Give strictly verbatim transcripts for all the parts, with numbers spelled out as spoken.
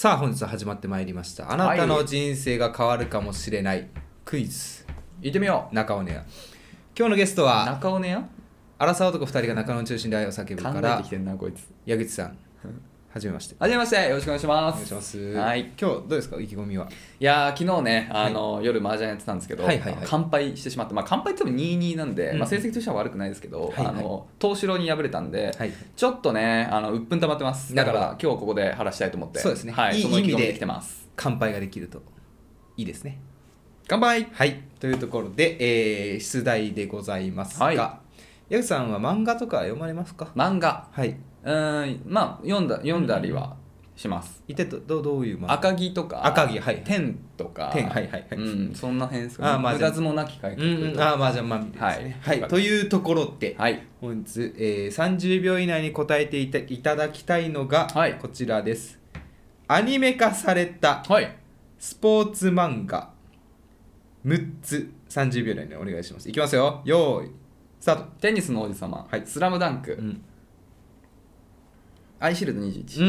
さあ本日は始まってまいりました。あなたの人生が変わるかもしれないクイズ、 行ってみよう。中尾ネア。今日のゲストは中尾ネアアラサー男ふたりが中野の中心で愛を叫ぶから、 考えてきてんなこいつ。 矢口さんはじめまして。 はじめまして、よろしくお願いします。 お願いします。 はい。 今日どうですか、意気込みは。 いやー昨日ね、あの、はい、夜麻雀やってたんですけど、 はいはいはい、 完敗してしまって、まあ、完敗って言ってもにたいになんで、うん、まあ、成績としては悪くないですけど、はいはい、あの東城に敗れたんで、はい、ちょっとねあの鬱憤溜まってます。だから今日ここで晴らしたいと思って、 そうですね、 はい、 いいその意味で来てます。乾杯ができるといいですね。 乾杯。 はいというところで、えー、出題でございますが、はい、矢口さんは漫画とか読まれますか？ 漫画、 はい、 うーんまあ読んだ読んだりはします。 一体どどういう漫画？ 赤城とか赤城、はい、 天とか天、はいはいはい、 うん、そんな辺ですかね。無駄相撲なき改革、 うん、ああまあじゃあまみれですね、はいはい、というところで、はい、本日、えー、さんじゅうびょう以内に答えていた、いただきたいのが、はい、こちらです。アニメ化されたスポーツ漫画むっつ、さんじゅうびょう以内にお願いします。いきますよ、よーいスタート。 テニスの王子様、はい、スラムダンク、うん、アイシールドにじゅういち、うん、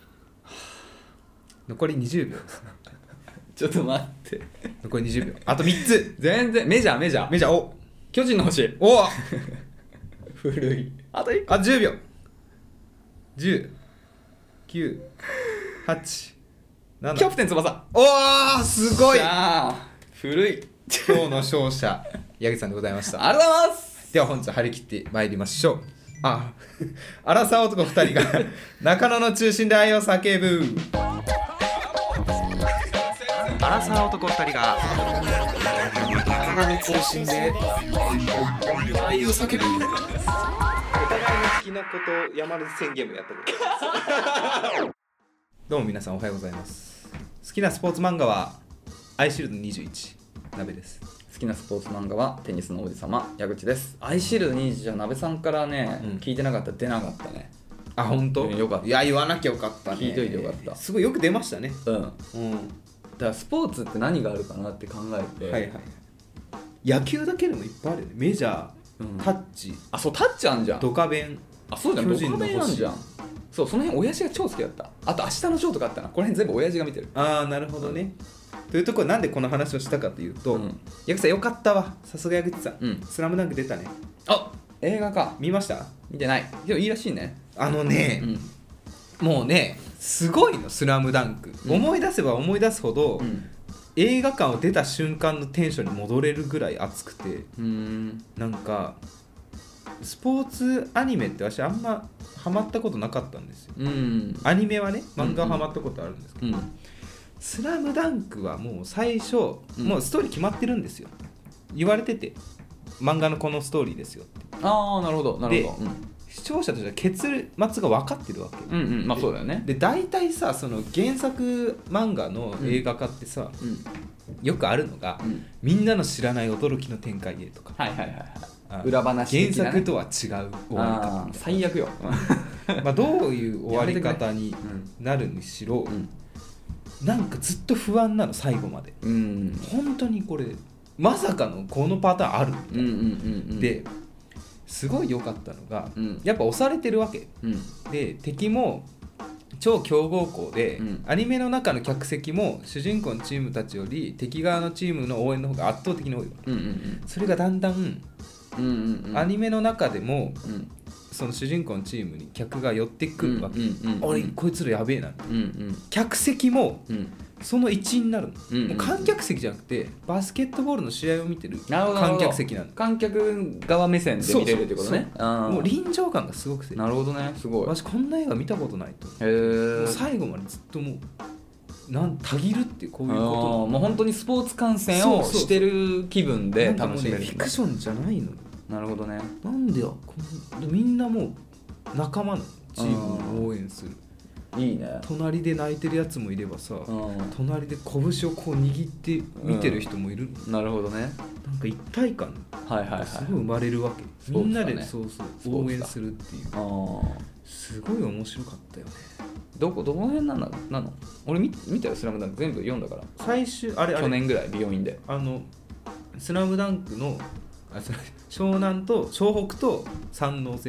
残りにじゅうびょうちょっと待って残りにじゅうびょう、あとみっつ。 全然メジャーメジャーメジャー、お巨人の星、 お古い。あといっこ、 あじゅうびょう、じゅう、きゅう、はち、なな、 キャプテン翼。 おーすごい。 古い。 今日の勝者矢口さんでございました。 ありがとうございます。 では本日張り切ってまいりましょう。あアラサー男ふたりが中野の中心で愛を叫ぶ。アラサー男ふたりが中野の中心で愛を叫ぶ。お互いの好きなことを山根宣言もやったことですどうも皆さんおはようございます。好きなスポーツ漫画はアイシールドにじゅういち、鍋です。 好きなスポーツ漫画はテニスの王子様、矢口です。アイシールドにじゅういちは鍋さんからね、うん、聞いてなかったら出なかったね。 あ、本当？ よかった。 いや言わなきゃよかったね。 聞いといてよかった。 すごいよく出ましたね。 うん。うん。だからスポーツって何があるかなって考えて。 はいはい。野球だけでもいっぱいあるよね。メジャー、うん、タッチ。 あ、そうタッチあんじゃん。 ドカベン。 あ、そうじゃん。ドカベンあんじゃん。そう、その辺親父が超好きだった。あと明日のジョーとかあったな。この辺全部親父が見てる。 ああなるほどね。というところなんでこの話をしたかというと、うん、矢口さんよかったわ。さすが矢口さん、うん、スラムダンク出たね。 あ、映画か。 見ました？見てない。でもいいらしいね。 あのね、うん、もうねすごいのスラムダンク、うん、思い出せば思い出すほど、うん、映画館を出た瞬間のテンションに戻れるぐらい熱くて、うーんなんかスポーツアニメって私あんまハマったことなかったんですよ、うん、アニメはね、漫画はハマったことあるんですけど、うんうん、スラムダンクはもう最初、うん、もうストーリー決まってるんですよ。言われてて漫画のこのストーリーですよって。 ああなるほどなるほど、うん、 視聴者としては結末が分かってるわけ。 うんうんまあそうだよね。 で大体さその原作漫画の映画化ってさ、うん、よくあるのが、うん、みんなの知らない驚きの展開へとか、 はいはいはいはい、裏話的な、ね、 原作とは違う終わり方。 最悪よまあどういう終わり方になるにしろ、うん、なんかずっと不安なの最後まで、うん、本当にこれまさかのこのパターンあるみたいな、うんうんうんうん、ですごい良かったのが、うん、やっぱ押されてるわけ、うん、で敵も超強豪校で、うん、アニメの中の客席も主人公のチームたちより敵側のチームの応援の方が圧倒的に多いわけ、うんうんうん、それがだんだん、うんうんうん、アニメの中でも、うん、その主人公のチームに客が寄ってくるわけ、うんうんうんうん、俺こいつらやべえな、うんうん、客席も、うんその一員になるの、うんうんうん、もう観客席じゃなくてバスケットボールの試合を見てる観客席なの。 観客側目線で見れるってことね。 もう臨場感がすごくて。 なるほどね。すごい。 私こんな映画見たことないと。へー。もう最後までずっともうなんたぎるっていうこういうこと。 もう本当にスポーツ観戦をしてる気分で楽しめる。 ね、フィクションじゃないの。 なるほどね。 なんでよみんなもう仲間のチームを応援する。 いいね。 隣で泣いてるやつもいればさ、うん、隣で拳をこう握って見てる人もいる、 うん、なるほどね。 なんか一体感がすごい生まれるわけ、はいはいはい、みんなでそうそう応援するっていう。すごい面白かったよね。 どこどの辺なのなの俺 見, 見たよスラムダンク全部読んだから。 最終あれあれ去年ぐらい美容院であのスラムダンクのあ湘南と湘北と山王戦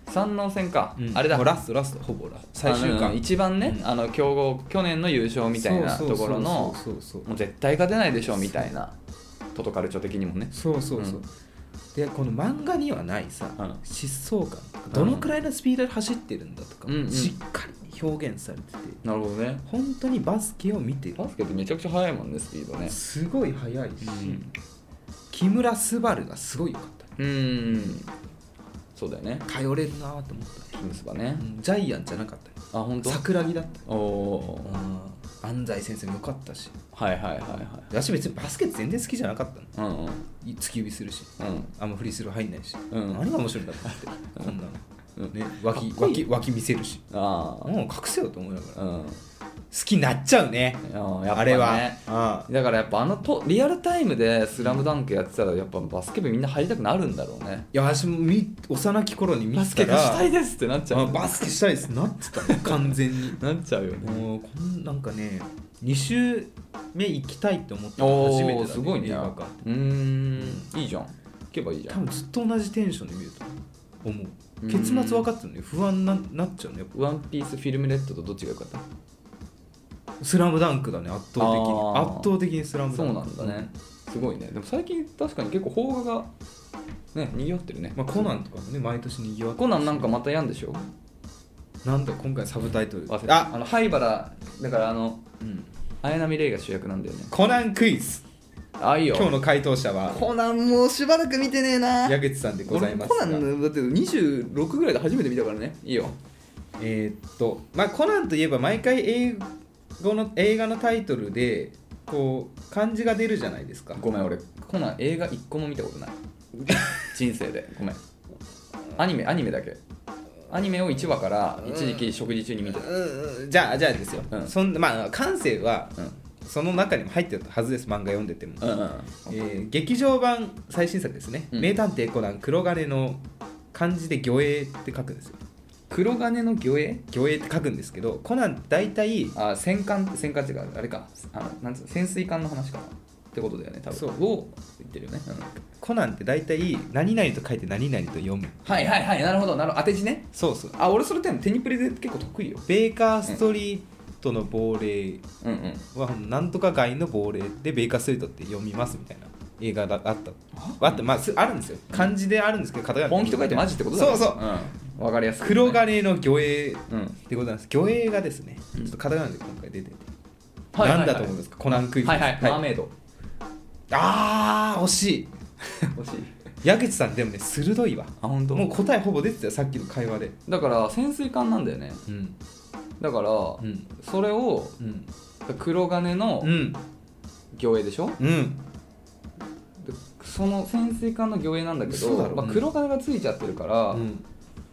山王戦か、 うん、 あれだラストラストほぼラ最終巻、 一番ね、うん、あの強豪去年の優勝みたいなところのもう絶対勝てないでしょみたいなトトカルチョ的にもね。 そうそうそう、うん、でこの漫画にはないさ、うん、疾走感とかどのくらいのスピードで走ってるんだとか、うん、しっかり表現されてて、 なるほどね、 本当にバスケを見てる。 バスケってめちゃくちゃ速いもんね、スピードね。 すごい速いし、うん、木村昴がすごい良かった。 うーん、そうだよね、 頼れるなと思った。 キムスバね、 うん、ジャイアンじゃなかった。 あ、本当？ 桜木だった。 おお、 安西先生も良かったし。 はいはいはいはい。 私別にバスケ全然好きじゃなかったの。うんうん。突き指するし、 うん、 あんまフリースロー入んないし、うん、何が面白いんだと思ってこんなの、うんね、脇脇脇見せるし、ああ、もう隠せよと思いながら、うん、好きになっちゃうね、 あ, やっぱね、 あれは。 ああ、だからやっぱあのとリアルタイムでスラムダンクやってたらやっぱバスケ部みんな入りたくなるんだろうね。 いや、私もみ幼き頃に見てたらバスケがしたいですってなっちゃう。 あ、バスケしたいですなってたね完全になっちゃうよね。 もうこんなんかねに週目行きたいって思ったの初めてだね。 すごいね。 映画館。 うーん、いいじゃん、行けばいいじゃん。 多分ずっと同じテンションで見ると思う。結末分かってるのに不安に な, なっちゃうね。 ワンピースフィルムレッドとどっちが良かった？ スラムダンクだね、圧倒的に。圧倒的にスラムダンク。 そうなんだね、すごいね。でも最近確かに結構邦画がね賑わってるね。 まあ、コナンとかもね毎年賑わってる。 コナンなんかまたやんでしょ。 なんだ今回サブタイトル、 ああの灰原だからあの、うん、綾波レイが主役なんだよね。 コナンクイズ。 あ、いいよ。 今日の回答者はコナンもうしばらく見てねえな、 矢口さんでございます。 コナンだってにじゅうろくぐらいで初めて見たからね。いいよ。 えー、っとまあコナンといえば毎回英語の映画のタイトルでこう漢字が出るじゃないですか。 ごめん、俺コナン映画いっこも見たことない人生で。ごめん。アニメアニメだけアニメをいちわから一時期食事中に見てた、 うんうん、じゃあじゃあですよ、うん、そんまあ感性は、うん、その中にも入ってたはずです。漫画読んでても、うんうん、えー、劇場版最新作ですね、うん、名探偵コナン黒金の漢字で魚影って書くんですよ。 黒金の魚影魚影って書くんですけど、コナン大体あ戦艦戦艦っていうかあれか、あのなんつう潜水艦の話かなってことだよね多分。そうを言ってるよね、うん、 コナンって大体何々と書いて何々と読む。 はいはいはい、なるほどなるほど、当て字ね。 そうそう。 あ、俺それテニプレで結構得意よ。 ベーカーストリートの亡霊はなんとか街の亡霊でベーカーストリートって読みますみたいな映画があったあって、まあ、あるんですよ。漢字であるんですけど、カタカナ本気と書いてマジってことだね。そうそう、 うん、分かりやすい、ね、 黒金の魚影ってことなんです。魚影がですね、ちょっとカタカナで今回出てて、うん、なんだと思いますか、コナンクイズ。 はいはい、はい、マーメイド。 あー惜しい惜しい。 矢口さんでもね鋭いわ。 あ、本当。 もう答えほぼ出てたよ、さっきの会話で。 だから潜水艦なんだよね、うん、だから、うん、それを、うん、黒金の魚影でしょ、うん、でその潜水艦の魚影なんだけど、まあ、黒金がついちゃってるから、うん、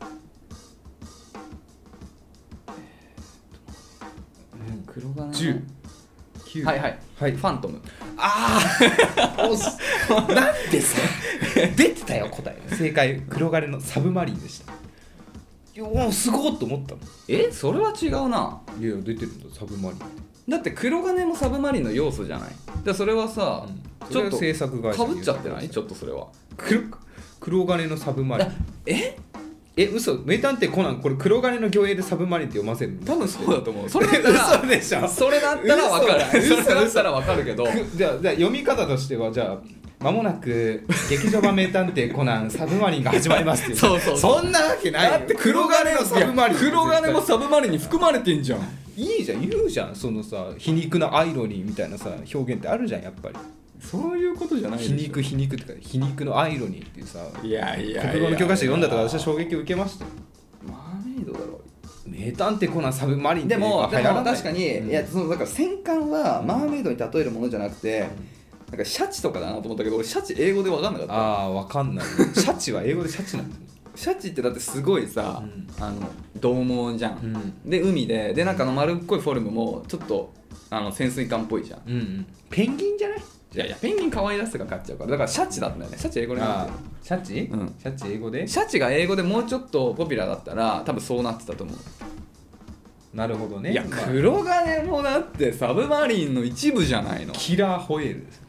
黒金のじゅう、きゅう、 はいはい、はい、ファントム。 ああなんでさ出てたよ答え。正解、黒金のサブマリンでした。いやすごいと思ったの。 え、それは違うな。 いや出てるんだ、サブマリン。 だって黒金もサブマリンの要素じゃない。でそれはさ、うん、ちょっと制作会社かぶっちゃってない？ちょっとそれは黒, 黒金のサブマリン。 ええ、嘘。名探偵コナンこれ黒金の魚影でサブマリンって読ませるの？ 多分そうだと思う。それだったら嘘でしょ。 それだったら分かる。それだったら分かるけどじゃあ、じゃあ読み方としては、じゃあ間もなく劇場版名探偵コナンサブマリンが始まりますっていうそうそうそう、 そんなわけないよ。 だって黒金のサブマリン、黒金もサブマリンに含まれてんじゃん。 いいじゃん、言うじゃん。そのさ皮肉なアイロニーみたいなさ表現ってあるじゃん、やっぱり。 そういうことじゃないでしょ。 皮肉皮肉ってか皮肉のアイロニーっていうさ、 いやいや国語の教科書読んだとか私は衝撃を受けましたよ。 マーメイドだろう。 名探偵コナンサブマリンってでもでも確かに、うん、いやそのだから戦艦はマーメイドに例えるものじゃなくて、うん、なんかシャチとかだなと思ったけど、俺シャチ英語で分かんなかった。 ああ分かんない。シャチは英語でシャチなんだよ。 シャチってだってすごいさ、うん、あの獰猛じゃん、うん、で海ででなんかの丸っこいフォルムもちょっとあの潜水艦っぽいじゃん、うんうん、 ペンギンじゃない？ いやいやペンギン可愛らしさが勝っちゃうから、だからシャチだったんだよね。シャチ英語でなんていうの？ シャチ？うん、シャチ英語で？ シャチが英語でもうちょっとポピュラーだったら多分そうなってたと思う。 なるほどね。 いや、まあ、黒金もだってサブマリンの一部じゃないの。 キラーホエールです。 かっこ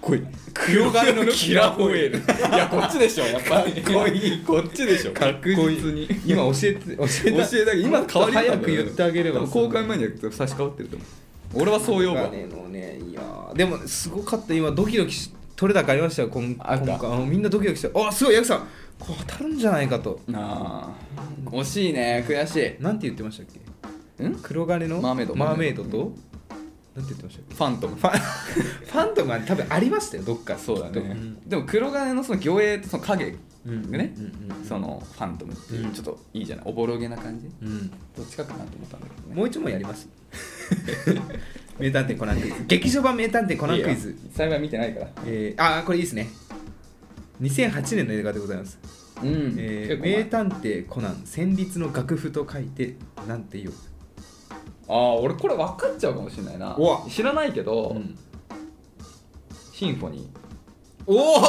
こいい黒金のキラホエールいやこっちでしょやっぱりかっこいいこっちでしょかっこいい確実に今教えて教え教えた今変わり早く言ってあげれば公開前に差し替わってると思う俺はそう呼ぶわ黒金のねいやでもすごかった今ドキドキし取れ高ありましたよ今今回みんなドキドキしてあすごいヤクさんこう当たるんじゃないかとあ惜しいね悔しいなんて言ってましたっけん黒金のマーメイドマーメイドとなんて言ってましたっけファントムファンファントムは多分ありましたよどっかそうだね、 うん、 でも黒金のその魚影とその影うんでね、 うんうんうん、 そのファントムっていう、 うんちょっといいじゃないおぼろげな感じ、 うん、 どっちかかなと思ったんだけどねもう一問やります名探偵コナンクイズ劇場版名探偵コナンクイズ幸い見てないからえー、あーこれいいですねにせんはちねんの映画でございます、 うんえー、名探偵コナン戦慄の楽譜と書いてなんて言うああ俺これ分かっちゃうかもしれないなうわ知らないけど、 うん、 シンフォニおお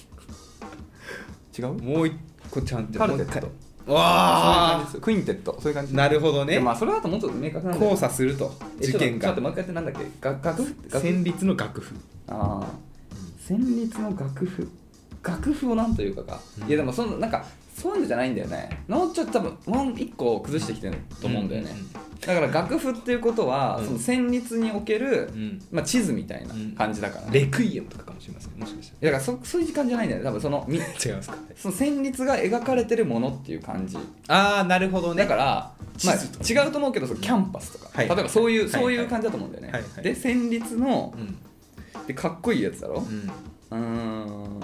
ー違うもう一個ちゃんとカルテットわあクインテットそういう感じなるほどねまあそれだともっと明確なんだよ交差すると事件がちょっともう一回やってなんだっけ楽楽譜戦慄の楽譜ああ戦慄の楽譜楽譜をなんというかか、うん、いやでもそのなんかそういうのじゃないんだよねもうちょっと多分ワン一個崩してきてると思うんだよね、うんうんうん、だから楽譜っていうことは、うん、その戦慄における、うんまあ、地図みたいな感じだから、ね、 レクイエムとかかもしれませんもしかしてだから そ, そういう時間じゃないんだよね多分その違いますかその戦慄が描かれてるものっていう感じああなるほどねだから、まあ、違うと思うけどそのキャンパスとか、はい、例えばそういう、はい、そういう感じだと思うんだよね、はいはい、で戦慄の、うん、でかっこいいやつだろ、うん、うーん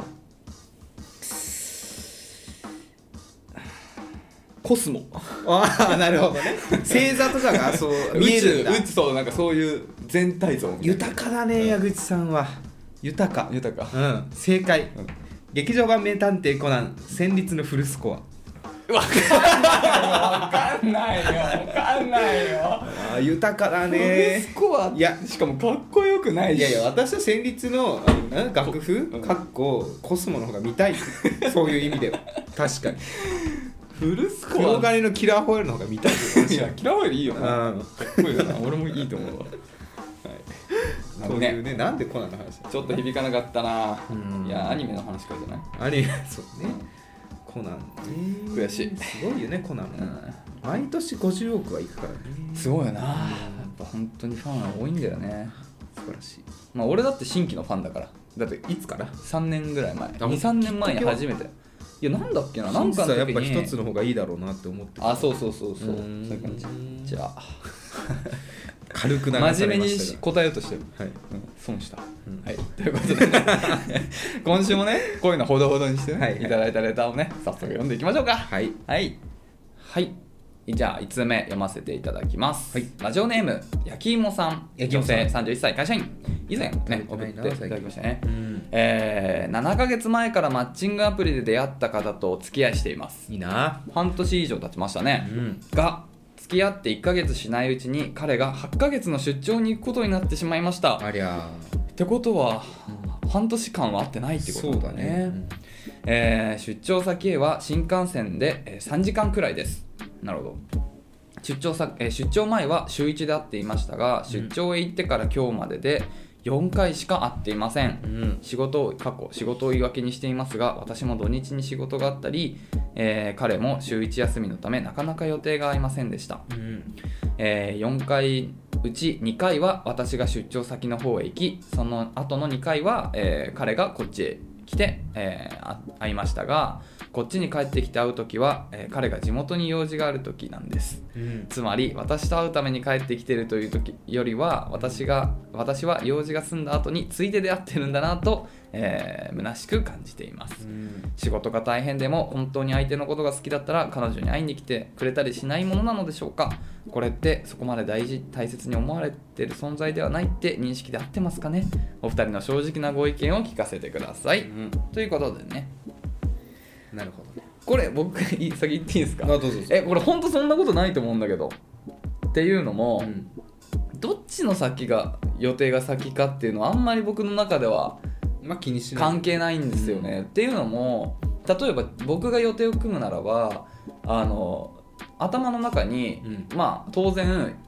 コスモああなるほどね星座とかがそう見えるんだ宇宙そうなんかそういう全体像豊かだね、うん、矢口さんは豊か豊かうん正解、うん、劇場版名探偵コナン戦慄のフルスコアわかんないよわかんないよあ豊かだねフルスコアいやしかもかっこよくないしいやいや私は戦慄の楽譜かっこコスモの方が見たいそういう意味では確かにフルスコア黒金のキラーホイールの方が見たいいやキラーホイールいいよなかっこいいよな俺もいいと思うわ、はい、 そういうねなんでコナンの話ちょっと響かなかったな、いやアニメの話からじゃないアニメそうねコナンね悔しいすごいよねコナン、うん、毎年ごじゅうおくはいくからねすごいよなやっぱ本当にファン多いんだよね素晴らしいまあ俺だって新規のファンだからだっていつからさんねんぐらい前にさんねんまえに初めていやなんだっけななんかの時にやっぱ一つの方がいいだろうなって思ってあそうそうそうそうそういう感じじゃあ軽く流されました真面目に答えようとしてる、はいうん、損した、うん、はいということで、ね、今週もねこういうのほどほどにして、ねはいはい、いただいたレターをね早速読んでいきましょうかはいはいはいじゃあいつつめ読ませていただきます、はい、ラジオネーム焼き芋さん女性さんじゅういっさい会社員以前ね送っていただきましたね、うんえー、ななかげつまえからマッチングアプリで出会った方とお付き合いしていますいいな半年以上経ちましたね、うん、が付き合っていっかげつしないうちに彼がはちかげつの出張に行くことになってしまいましたありゃってことは、うん、半年間は会ってないってことだね、そうだね、うんえー、出張先へは新幹線でさんじかんくらいです。なるほど。出張さ、えー、出張前は週いちで会っていましたが、うん、出張へ行ってから今日まででよんかいしか会っていません、うん、仕事を過去仕事を言い訳にしていますが、私も土日に仕事があったり、えー、彼も週いち休みのためなかなか予定が合いませんでした、うんえー、よんかいうちにかいは私が出張先の方へ行き、その後のにかいは、えー、彼がこっちへ来て、えー、会いましたが、こっちに帰ってきて会うときは、えー、彼が地元に用事があるときなんです、うん、つまり私と会うために帰ってきているというときよりは、私が私は用事が済んだ後についでで会ってるんだなと、えー、虚しく感じています、うん、仕事が大変でも本当に相手のことが好きだったら彼女に会いに来てくれたりしないものなのでしょうか。これってそこまで大事大切に思われている存在ではないって認識で合ってますかね。お二人の正直なご意見を聞かせてください、うん、ということでね。 なるほどね。 これ僕先言っていいですか。 あ、どうぞどうぞ。 えこれ本当そんなことないと思うんだけど、っていうのも、うん、どっちの先が予定が先かっていうのはあんまり僕の中ではまあ気にしない関係ないんですよね、うん、っていうのも、例えば僕が予定を組むならば、あの頭の中に、うん、まあ当然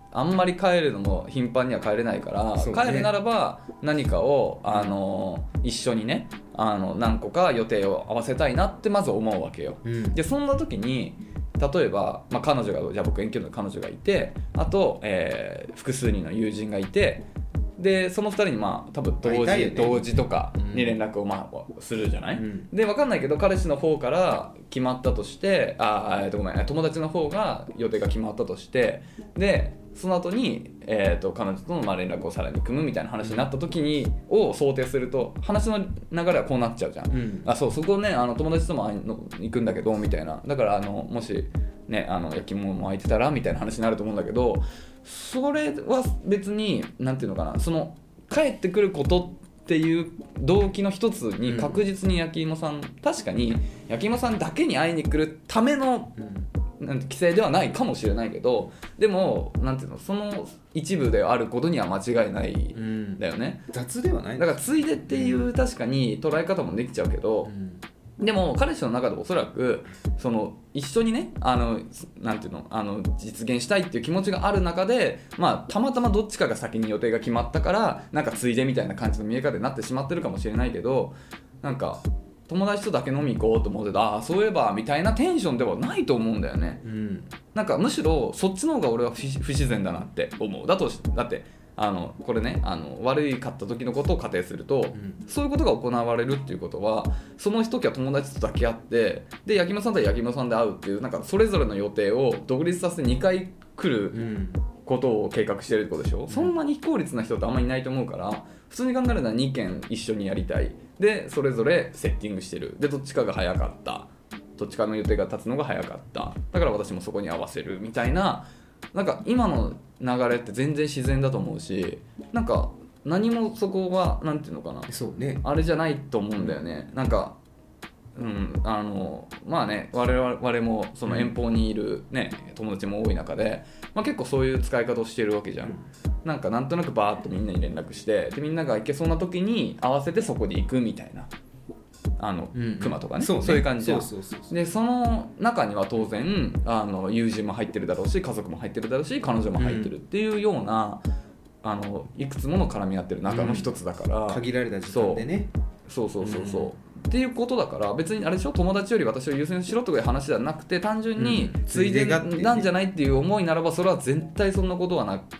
あんまり帰るのも頻繁には帰れないから、ね、帰るならば何かを、あの一緒にねあの何個か予定を合わせたいなってまず思うわけよ、うん、でそんな時に例えば、まあ、彼女がじゃあ僕遠距離の彼女がいてあと、えー、複数人の友人がいてでそのふたりにまあ多分同時、ね、同時とかに連絡をまあするじゃない、うん、で分かんないけど彼氏の方から決まったとしてあ、えー、とごめん友達の方が予定が決まったとしてでその後に、えー、と彼女とのまあ連絡をさらに組むみたいな話になった時にを想定すると話の流れはこうなっちゃうじゃん、うん、あそうそこねあの友達とも行くんだけどみたいなだからあのもしねあの焼き物も空いてたらみたいな話になると思うんだけどそれは別になんていうのかなその帰ってくることっていう動機の一つに確実に焼き芋さん、うん、確かに焼き芋さんだけに会いに来るための、うんなんて規制ではないかもしれないけどでもなんていうのその一部であることには間違いないんだよね、 うん、雑ではないだからついでっていう確かに捉え方もできちゃうけど、うん、でも彼氏の中でおそらくその一緒にねあのなんていうのあの実現したいっていう気持ちがある中で、まあ、たまたまどっちかが先に予定が決まったからなんかついでみたいな感じの見え方になってしまってるかもしれないけどなんか友達とだけ飲み行こうと思ってたああそういえばみたいなテンションではないと思うんだよね、うん、なんかむしろそっちの方が俺は不自然だなって思うだとだってあのこれねあの悪いかった時のことを仮定すると、うん、そういうことが行われるっていうことはその時は友達とだけ会ってで焼き芋さんと焼き芋さんで会うっていうなんかそれぞれの予定を独立させてにかい来ることを計画してるってことでしょ、うん、そんなに非効率な人ってあんまりいないと思うから普通に考えるならにけん一緒にやりたいでそれぞれセッティングしてるでどっちかが早かったどっちかの予定が立つのが早かっただから私もそこに合わせるみたいななんか今の流れって全然自然だと思うしなんか何もそこはなんていうのかなそうねあれじゃないと思うんだよねなんかうんあのまあね我々もその遠方にいるね友達も多い中で、まあ、結構そういう使い方をしてるわけじゃんなんかなんとなくバーッとみんなに連絡してでみんなが行けそうな時に合わせてそこに行くみたいなあの、うん、熊とかね、そうね、そういう感じじゃん。そうそうそうそうでその中には当然あの友人も入ってるだろうし家族も入ってるだろうし彼女も入ってるっていうような、うん、あのいくつもの絡み合ってる中の一つだから、 うん、限られた時間でねそうそうそうそうそう、うんっていうことだから別にあれでしょ友達より私を優先しろという話ではなくて単純についでなんじゃないっていう思いならばそれは絶対そんなことはない、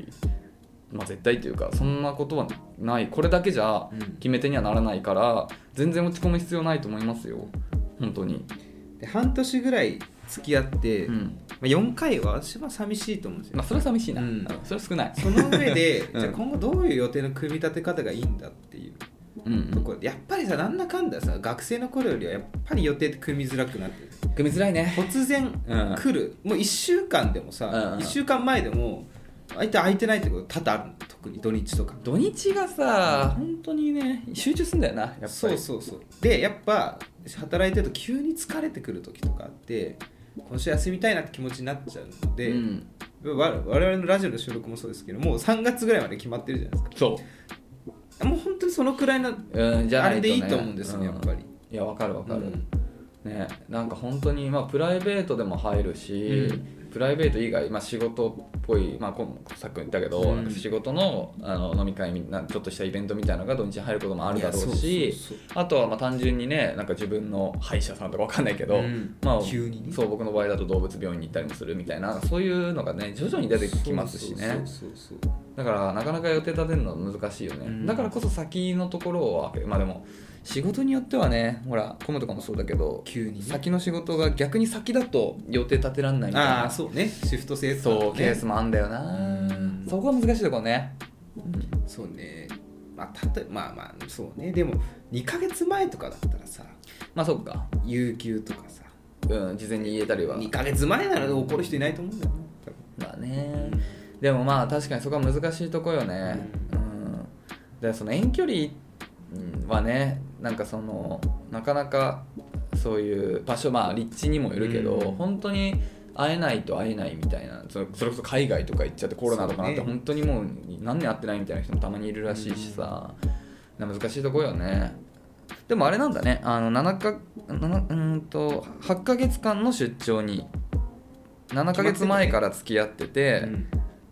まあ、絶対っていうかそんなことはないこれだけじゃ決め手にはならないから全然落ち込む必要ないと思いますよ本当にで半年ぐらい付き合って、うんまあ、よんかいは私は寂しいと思うんですよ、 まあ、それは寂しいな、うん、それは少ないその上で、うん、じゃあ今後どういう予定の組み立て方がいいんだっていううんうん、やっぱりさなんだかんださ学生の頃よりはやっぱり予定って組みづらくなってる組みづらいね突然来る、うん、もういっしゅうかんでもさ、うんうん、いっしゅうかんまえでも相手空いてないってこと多々ある特に土日とか土日がさ、うん、本当にね集中するんだよなやっぱりそうそうそうでやっぱ働いてると急に疲れてくる時とかあって今週休みたいなって気持ちになっちゃうので、うん、我々のラジオの収録もそうですけどもうさんがつぐらいまで決まってるじゃないですかそうもう本当にそのくらいの、うん、じゃないとね、あれでいいと思うんですね、うん、やっぱりいや分かる分かる、うんね、なんか本当にまあプライベートでも入るし、うん、プライベート以外、まあ、仕事っぽい、まあ、さっき言ったけど、うん、なんか仕事 の, あの飲み会なちょっとしたイベントみたいなのが土日に入ることもあるだろうしあとはまあ単純にねなんか自分の歯医者さんとか分かんないけど、うんまあ、 急に、ね、 そう僕の場合だと動物病院に行ったりもするみたいなそういうのがね徐々に出てきますしねだからなかなか予定立てるのは難しいよね、うん、だからこそ先のところをまあでも仕事によってはねほらコムとかもそうだけど急に、ね、 先の仕事が逆に先だと予定立てらんないみたいなあそうねシフト制とか、ね、そうケースもあんだよなそこは難しいところね、 うん、そうねまあたとまあまあそうねでもにかげつまえとかだったらさまあそっか有給とかさうん事前に言えたりはにかげつまえなら怒る人いないと思うんだよねまあね、うん、でもまあ確かにそこは難しいとこよね、うんうん、でその遠距離はねなんかそのなかなかそういう場所まあ立地にもよるけど、うん、本当に会えないと会えないみたいなそれこそ海外とか行っちゃってコロナとかなって本当にもう何年会ってないみたいな人もたまにいるらしいしさ、うん、難しいとこよねでもあれなんだねあのななかうんとはちかげつかんの出張にななかげつまえから付き合ってて、うん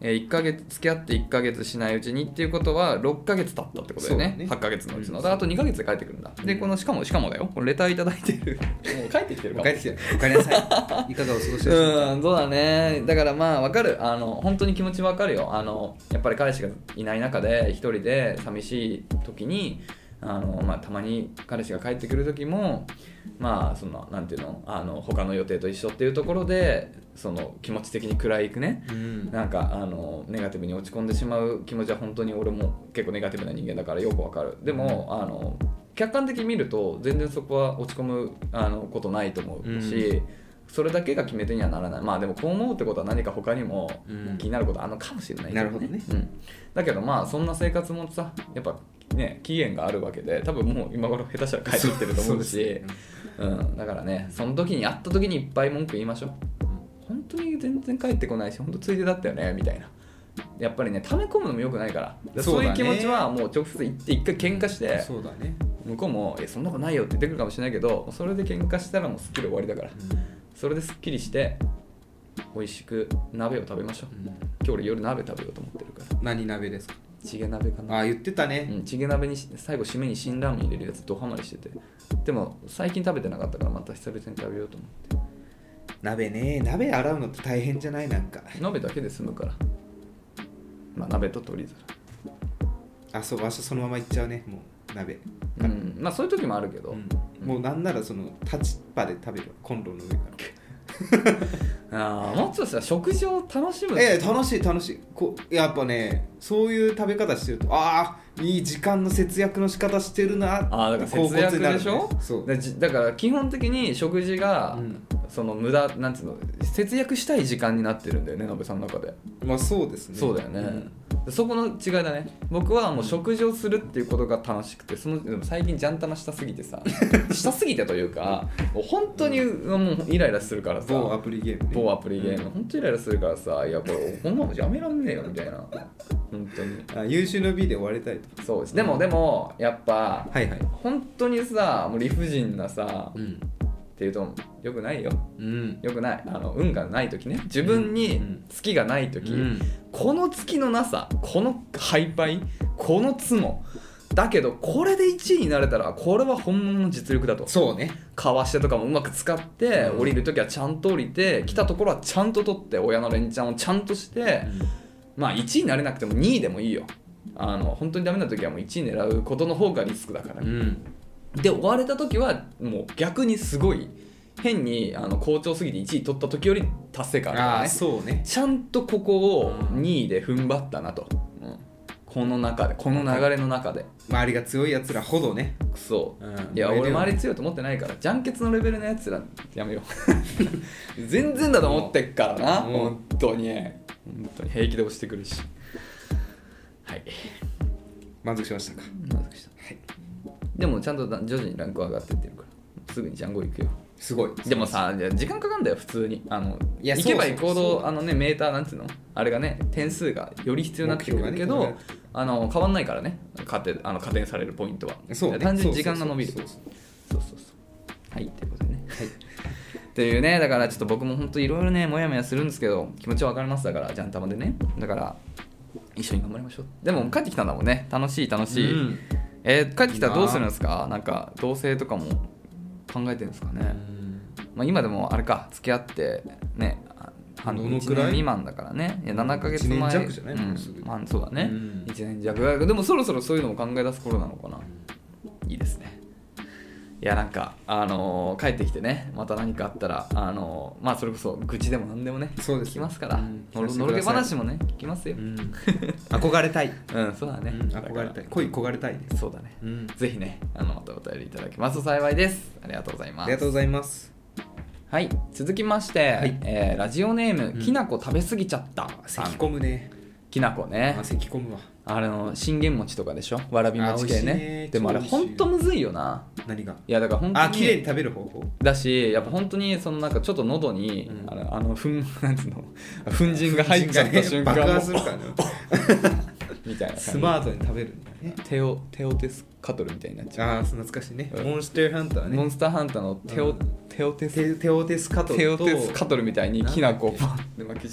えー、いっかげつ付き合っていっかげつしないうちにっていうことはろっかげつ経ったってことだよね。ねはちかげつのうちの、うん、あとにかげつで帰ってくるんだ。でこのしかもしかもだよ、このレターいただいてるもう帰ってきてるかも。 帰ってきてる。おかえりなさい。いかがお過ごしでしょうか。 うん、そうだね。だからまあ分かる、あの本当に気持ち分かるよ。あのやっぱり彼氏がいない中で一人で寂しい時にあの、まあ、たまに彼氏が帰ってくる時もまあそのなんていうの、あの他の予定と一緒っていうところでその気持ち的に暗いくね、うん、なんかあのネガティブに落ち込んでしまう気持ちは本当に俺も結構ネガティブな人間だからよくわかる。でも、うん、あの客観的に見ると全然そこは落ち込むあのことないと思うし、うん、それだけが決め手にはならない。まあでもこう思うってことは何か他にも気になることあるのかもしれない、ね、 なるほどね、 うん、だけどまあそんな生活もさやっぱね期限があるわけで多分もう今頃下手したら帰ってきてると思うしう、うん、だからねその時に会った時にいっぱい文句言いましょう。本当に全然帰ってこないし本当ついでだったよねみたいな。やっぱりね溜め込むのも良くないから、そう、そういう気持ちはもう直接言って一回喧嘩して、 そうだね、 向こうもえそんなことないよって言ってくるかもしれないけどそれで喧嘩したらもうすっきり終わりだから、うん、それですっきりして美味しく鍋を食べましょう、うん、今日俺夜鍋食べようと思ってるから。 何鍋ですか。 チゲ鍋かな。 あ言ってたね、 うん、チゲ鍋に最後締めに辛ラーメン入れるやつドハマりしてて、でも最近食べてなかったからまた久々に食べようと思って。 鍋ね、鍋洗うのって大変じゃない。なんか鍋だけで済むから、まあ鍋と取り皿。あそう場所そのまま行っちゃうねもう鍋、 うん、まあそういう時もあるけど、うん、 もうなんならその立ちっぱで食べるコンロの上からああもうちょっとさ食事を楽しむ。 ええ楽しい楽しい。こやっぱねそういう食べ方してるとああいい時間の節約の仕方してるな。 あだから節約でしょ。そうだ, だから基本的に食事が、うん、その無駄なんつうの節約したい時間になってるんだよね、のべさんの中で。 まあそうですね。 そうだよね、うん、そこの違いだね。僕はもう食事をするっていうことが楽しくて、そのでも最近ジャンタマしたすぎてさしたすぎてというかもう本当にもうイライラするからさ。 某アプリゲーム、ね、 某アプリゲーム、うん、本当にイライラするからさ、いやこれこんなのやめらんねえよみたいな本当にあ優秀の美で終わりたいと。 そうです。でもでもやっぱ、 はいはい、 本当にさもう理不尽なさ、 うん、 っていうとよくないよ、 うん、 よくない。あの運がない時ね、自分に月がない時、うん、この月のなさ、このハイパイ、このツモだけどこれでいちいになれたらこれは本物の実力だと。 そうね。 かわしてとかもうまく使って、うん、降りる時はちゃんと降りて、来たところはちゃんと取って親の連チャンをちゃんとして、うん、まあいちいになれなくてもにいでもいいよ。あの本当にダメな時はもういちい狙うことの方がリスクだから、ね、うん、で追われた時はもう逆にすごい変にあの好調すぎていちい取った時より達成感あるからね。 あそうね。 ちゃんとここをにいで踏ん張ったなと、うん、この中でこの流れの中で周りが強いやつらほどね。 そう、うん、いや俺周り強いと思ってないから、ジャンケツのレベルのやつらやめよう全然だと思ってっからな本当に本当に平気で押してくるし。はい、 満足しましたか。 満足した、はい、でもちゃんと徐々にランク上がってってるからすぐにジャンゴ行くよ。 すごい。 でもさ時間かかるんだよ普通に。あのいや行けば行くほどあの、ね、メーターなんつうのあれがね点数がより必要になってくるけど、ね、あの変わんないからね加点、あの加点されるポイントは。そう、ね、単純に時間が伸びる。そうそうそうそうはいということでね、はい、っていうね。だからちょっと僕も本当いろいろねもやもやするんですけど気持ちは分かります。だからジャンタマでね、だから一緒に頑張りましょう。でも帰ってきたんだもんね。楽しい楽しい、うん、えー、帰ってきたらどうするんですか。なんか同棲とかも考えてるんですかね。まあ、今でもあれか付き合ってね半いちねん未満だからね。いやななかげつまえいちねん弱じゃない、うん、まあ、そうだね、うん、いちねん弱。でもそろそろそういうのも考え出す頃なのかな。いいですね。いやなんかあのー、帰ってきてねまた何かあったらあのー、まあそれこそ愚痴でも何でもねそうです聞きますから、うん、のろけ話もね聞きますよ、うん、 憧れたい。 うんそうだね、うん、 憧れたい。恋焦がれたいです。 そうだね、うん、ぜひねあのまたお便りいただけますと幸いです。ありがとうございます。 ありがとうございます。 はい、続きまして、はい、えー、ラジオネーム、うん、きなこ食べ過ぎちゃった咳込むね。 きなこね。 あ咳込むわ。 あの信玄餅とかでしょ、わらび餅系 ね, ねでもあれほんとむずいよな。 何が。 いやだから本当にあ綺麗に食べる方法だし、やっぱ本当にそのなんかちょっと喉に、うん、あのあのふんなんつうの粉塵が入っちゃった瞬間爆発するからねみたいなスマートに食べるんだね。 テオテオテスカトルみたいになっちゃう。 ああ懐かしいね、うん、モンスターハンターね。 モンスターハンターのテオ、うん、テオテステオテスカトルとテオテスカトルみたいにきな粉をパンって巻き散らして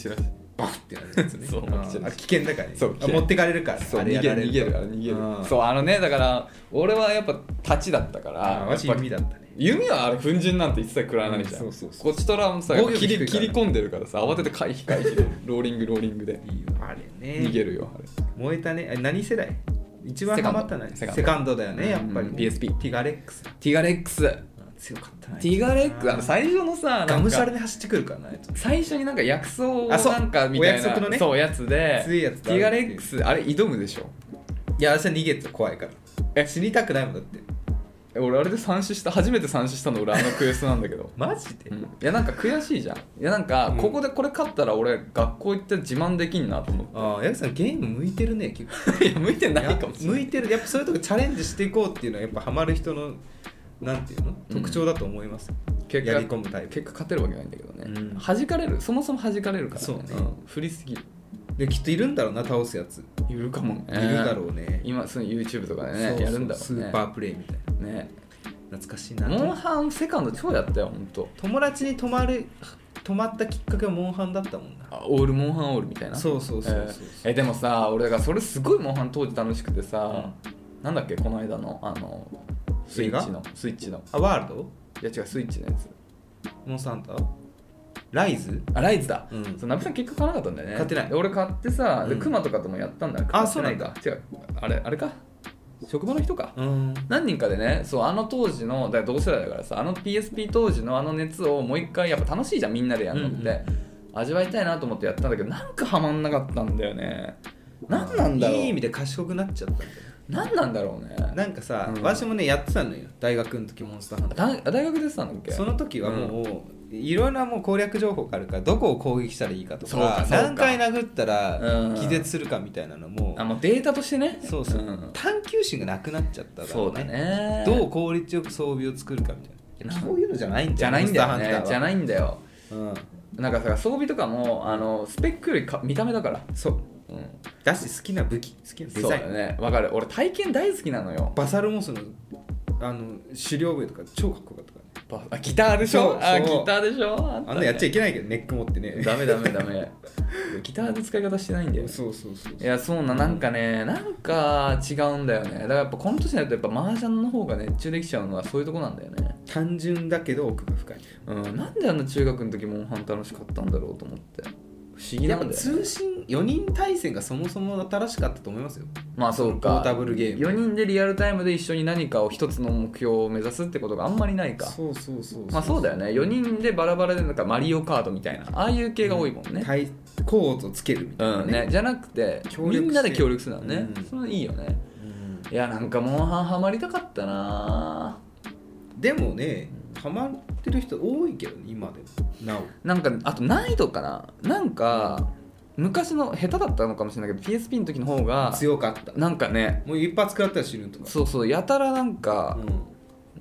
バフってなるやつねそうあ危険だからねそう持ってかれるからそう逃げる逃げるから逃げるそうあのねだから俺はやっぱ立ちだったからわし弓だったね弓はあれ粉塵なんて一切食らわないじゃん、うん、そうそうそうこっちとらもさ切り切り込んでるからさ慌てて回避回避でローリングローリングでいいよあれね逃げるよあれ燃えたねあれ何世代一番ハマったのはセカンドだよねやっぱりピーエスピーティガレックスティガレックス強かったねティガレックスあの最初のさがむしゃらで走ってくるからな最初になんか薬草なんかみたいなお約束のねそうやつで強いやつティガレックスあれ挑むでしょいや私は逃げて怖いからえ死にたくないもんだって俺あれで三死した初めて三死したの俺あのクエストなんだけどマジで、 うん、いやなんか悔しいじゃんいやなんかここでこれ勝ったら俺学校行って自慢できんなと思って、 うん、ああヤクさんゲーム向いてるね結構いや向いてないかもしれない向いてるやっぱそういうとこチャレンジしていこうっていうのはやっぱハマる人のなんていうの特徴だと思います、うん、結果やり込むタイプ結果勝てるわけないんだけどね、うん、弾かれるそもそも弾かれるからねそうね、 うん、振りすぎるできっといるんだろうな倒すやついるかもねいるだろうね今その YouTube とかでねそうそうやるんだろうねスーパープレイみたいなね懐かしいなモンハンセカンド超やったよほんと友達に泊まる泊まったきっかけはモンハンだったもんなあオールモンハンオールみたいなそうそうそうそう、 えー、えでもさ俺がそれすごいモンハン当時楽しくてさ、うん、なんだっけこの間のあのスイッチのスイッチのあワールドいや違うスイッチのやつモンスターハンターライズあライズだ、 うん、 そうナビさん結局買わなかったんだよね買ってないで俺買ってさ、でクマとかともやったんだよあそうなんだ違うあれあれか職場の人か、 うん、 何人かでねそうあの当時のだから同世代だからさあの ピーエスピー 当時のあの熱をもう一回やっぱ楽しいじゃんみんなでやるのって、うんうん、味わいたいなと思ってやったんだけどなんかハマんなかったんだよね何なんだろういい意味で賢くなっちゃったんだよ何なんだろうねなんかさ、うん、私もねやってたのよ大学の時モンスターハンター大学でしたんだっけその時はもう、うん、いろんなもう攻略情報があるからどこを攻撃したらいいかと か, か何回殴ったら気絶するかみたいなのも、 うん、あもうデータとしてねそうそう、うん、探求心がなくなっちゃったから、ね、 そうだねどう効率よく装備を作るかみたいなそういうのじゃないんだよじゃないんだよねじゃないんだよ、 うん、 なんかさ装備とかもあのスペックよりか見た目だからそう、うん、だし好きな武器好きなデザインそうだねわかる俺体験大好きなのよバサルモスのあの狩猟笛とか超かっこよかったからあギターでしょあギターでしょ あ, ね、 あんなやっちゃいけないけどネック持ってねダメダメダメギターで使い方してないんだよそうそうそういやそうななんかねなんか違うんだよねだからやっぱこの年になるとやっぱ麻雀の方が熱中できちゃうのはそういうとこなんだよね単純だけど奥が深い、 うん、なんであんな中学の時モンハン楽しかったんだろうと思って不思議なんだよ、ね、 通信よにん対戦がそもそも新しかったと思いますよまあそうかポータブルゲームよにんでリアルタイムで一緒に何かを一つの目標を目指すってことがあんまりないかそうそうそうそうまあそうだよねよにんでバラバラでなんかマリオカードみたいなああいう系が多いもんね、 うん、コードをつけるみたいな、ねうんね、じゃなくてみんなで協力するのね、うん、それいいよね、うん、いやなんかモンハンハマりたかったなでもねハマってる人多いけどね今でもなおなんかあと難易度かななんか昔の下手だったのかもしれないけど ピーエスピー の時の方が強かったなんかねもう一発食らったら死ぬとかそうそうやたらなんか、 うん、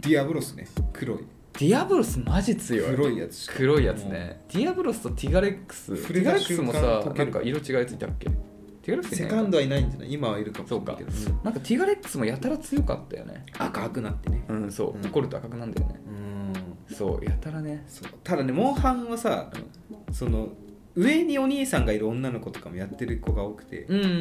ディアブロスね黒いディアブロスマジ強い黒いやつ黒いやつねディアブロスとティガレックスティガレックスもさなんか色違いついたっけティガレックスセカンドはいないんじゃない今はいるかもしれないけどそうか、うん、なんかティガレックスもやたら強かったよね赤くなってねうんそう、うん、怒ると赤くなんだよねうんそうやたらねそうただねモンハンはさ、うん、その上にお兄さんがいる女の子とかもやってる子が多くて、 うんうんうん、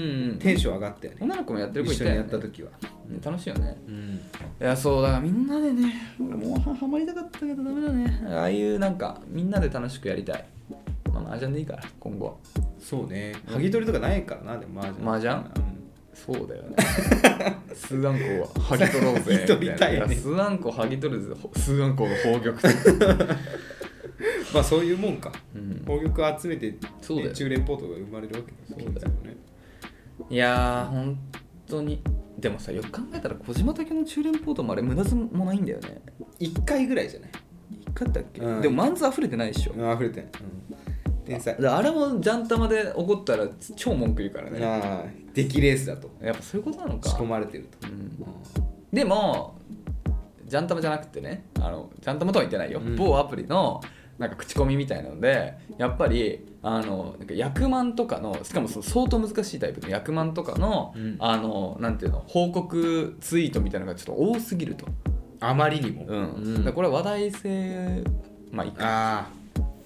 テンション上がったよね女の子もやってる子いたよね一緒にやった時は、 うん、楽しいよね、 うん、 いやそうだからみんなでね俺モンハンハマりたかったけどダメだねああいうなんかみんなで楽しくやりたいまあ麻雀でいいから今後はそうね剥ぎ取りとかないからなでも麻雀麻雀、うんそうだよねスーアンコは剥ぎ取ろうぜ剥ぎ取りたいねスーアンコ剥ぎ取るぜスーアンコの宝玉まあそういうもんか、 うん、 宝玉を集めてそうだよ中連ポートが生まれるわけですそうだよねいやー本当にでもさよく考えたら小島竹の中連ポートもあれ無駄もないんだよねいっかいぐらいじゃないいっかいだっけ、 うん、 でもマンズ溢れてないでしょ溢れてない、うん、天才あ, あれもジャンタマで怒ったら超文句言うからねあ出来レースだとやっぱそういうことなのか仕込まれてると、うんうん、でもジャンタマじゃなくてねあのジャンタマとは言ってないよ、うん、某アプリのなんか口コミみたいなのでやっぱりあのなんか役満とかのしかもその相当難しいタイプの役満とかの、うん、あのなんていうの報告ツイートみたいなのがちょっと多すぎるとあまりにも、 うんうん、だこれは話題性まあいいかあ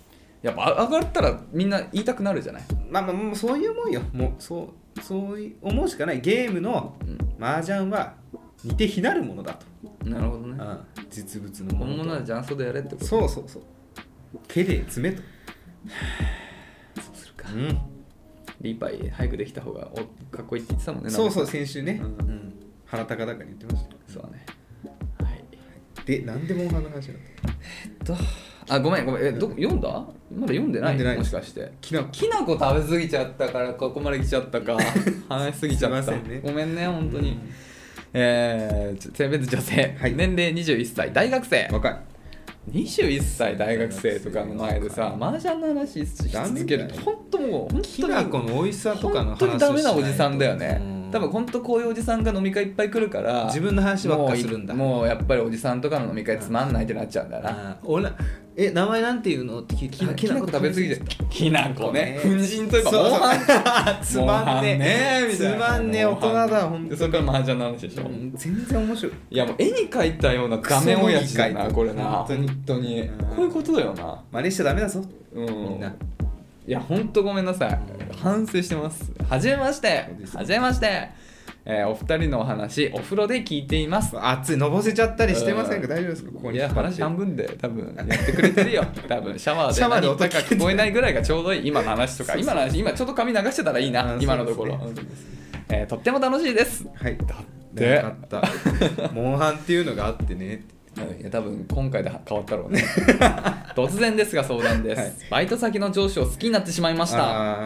やっぱ上がったらみんな言いたくなるじゃない。 まあまあもうそういうもんよ。もうそうそう思うしかない。ゲームの麻雀は似て非なるものだと。 なるほどね。 ああ実物のものと。 本物は雀荘でやれってこと。 そうそうそう。手で詰めと。 そうするか。 うん。 リーパイ早くできた方がおかっこいいって言ってたもんね。 そうそう先週ね。 うん。うん、 腹高々に言ってました。 そうだね。はい。 でなんでモンハンの話だった。 えっと。あ、ごめんごめん、え、ど読んだ？まだ読んでない？ ないもしかしてきなこきなこ食べ過ぎちゃったからここまで来ちゃったか話しすぎちゃった。 すいませんね、 ごめんね本当に。えー、性別女性、はい、年齢にじゅういっさい大学生。 若い。 にじゅういっさい大学生とかの前でさ麻雀の話し続けると本当もう本当にきなこの美味しさとかの話をしないと本当にダメなおじさんだよね。多分本当こういうおじさんが飲み会いっぱい来るから自分の話ばっかするんだ。 もう、もうやっぱりおじさんとかの飲み会つまんないってなっちゃうんだよな。 俺え名前なんていうのって聞いてきなこ食べ過ぎてきなこね粉塵といえばモンハンつまんねえつまんねえ大人だほんと。 それから麻雀の話でしょ、うん、 全然面白い。 いやもう絵に描いたような画面親父だなこれな。 本当に本当に、うん、こういうことだよな。 真似しちゃダメだぞ、 うん、 みんな。 いやほんとごめんなさい、反省してます。はじめましてはじめまして、えー、お二人のお話お風呂で聞いています。 熱いのぼせちゃったりしてませんか、大丈夫ですか。ここにいや話半分で多分やってくれてるよ多分シャワーで何言ったか聞こえないぐらいがちょうどいい。今の話とか今の話今ちょっと髪流してたらいいな今のところ、ねえー、とっても楽しいです。 はいだってよかったモンハンっていうのがあってね。 いや多分今回で変わったろうね突然ですが相談です、はい、バイト先の上司を好きになってしまいました。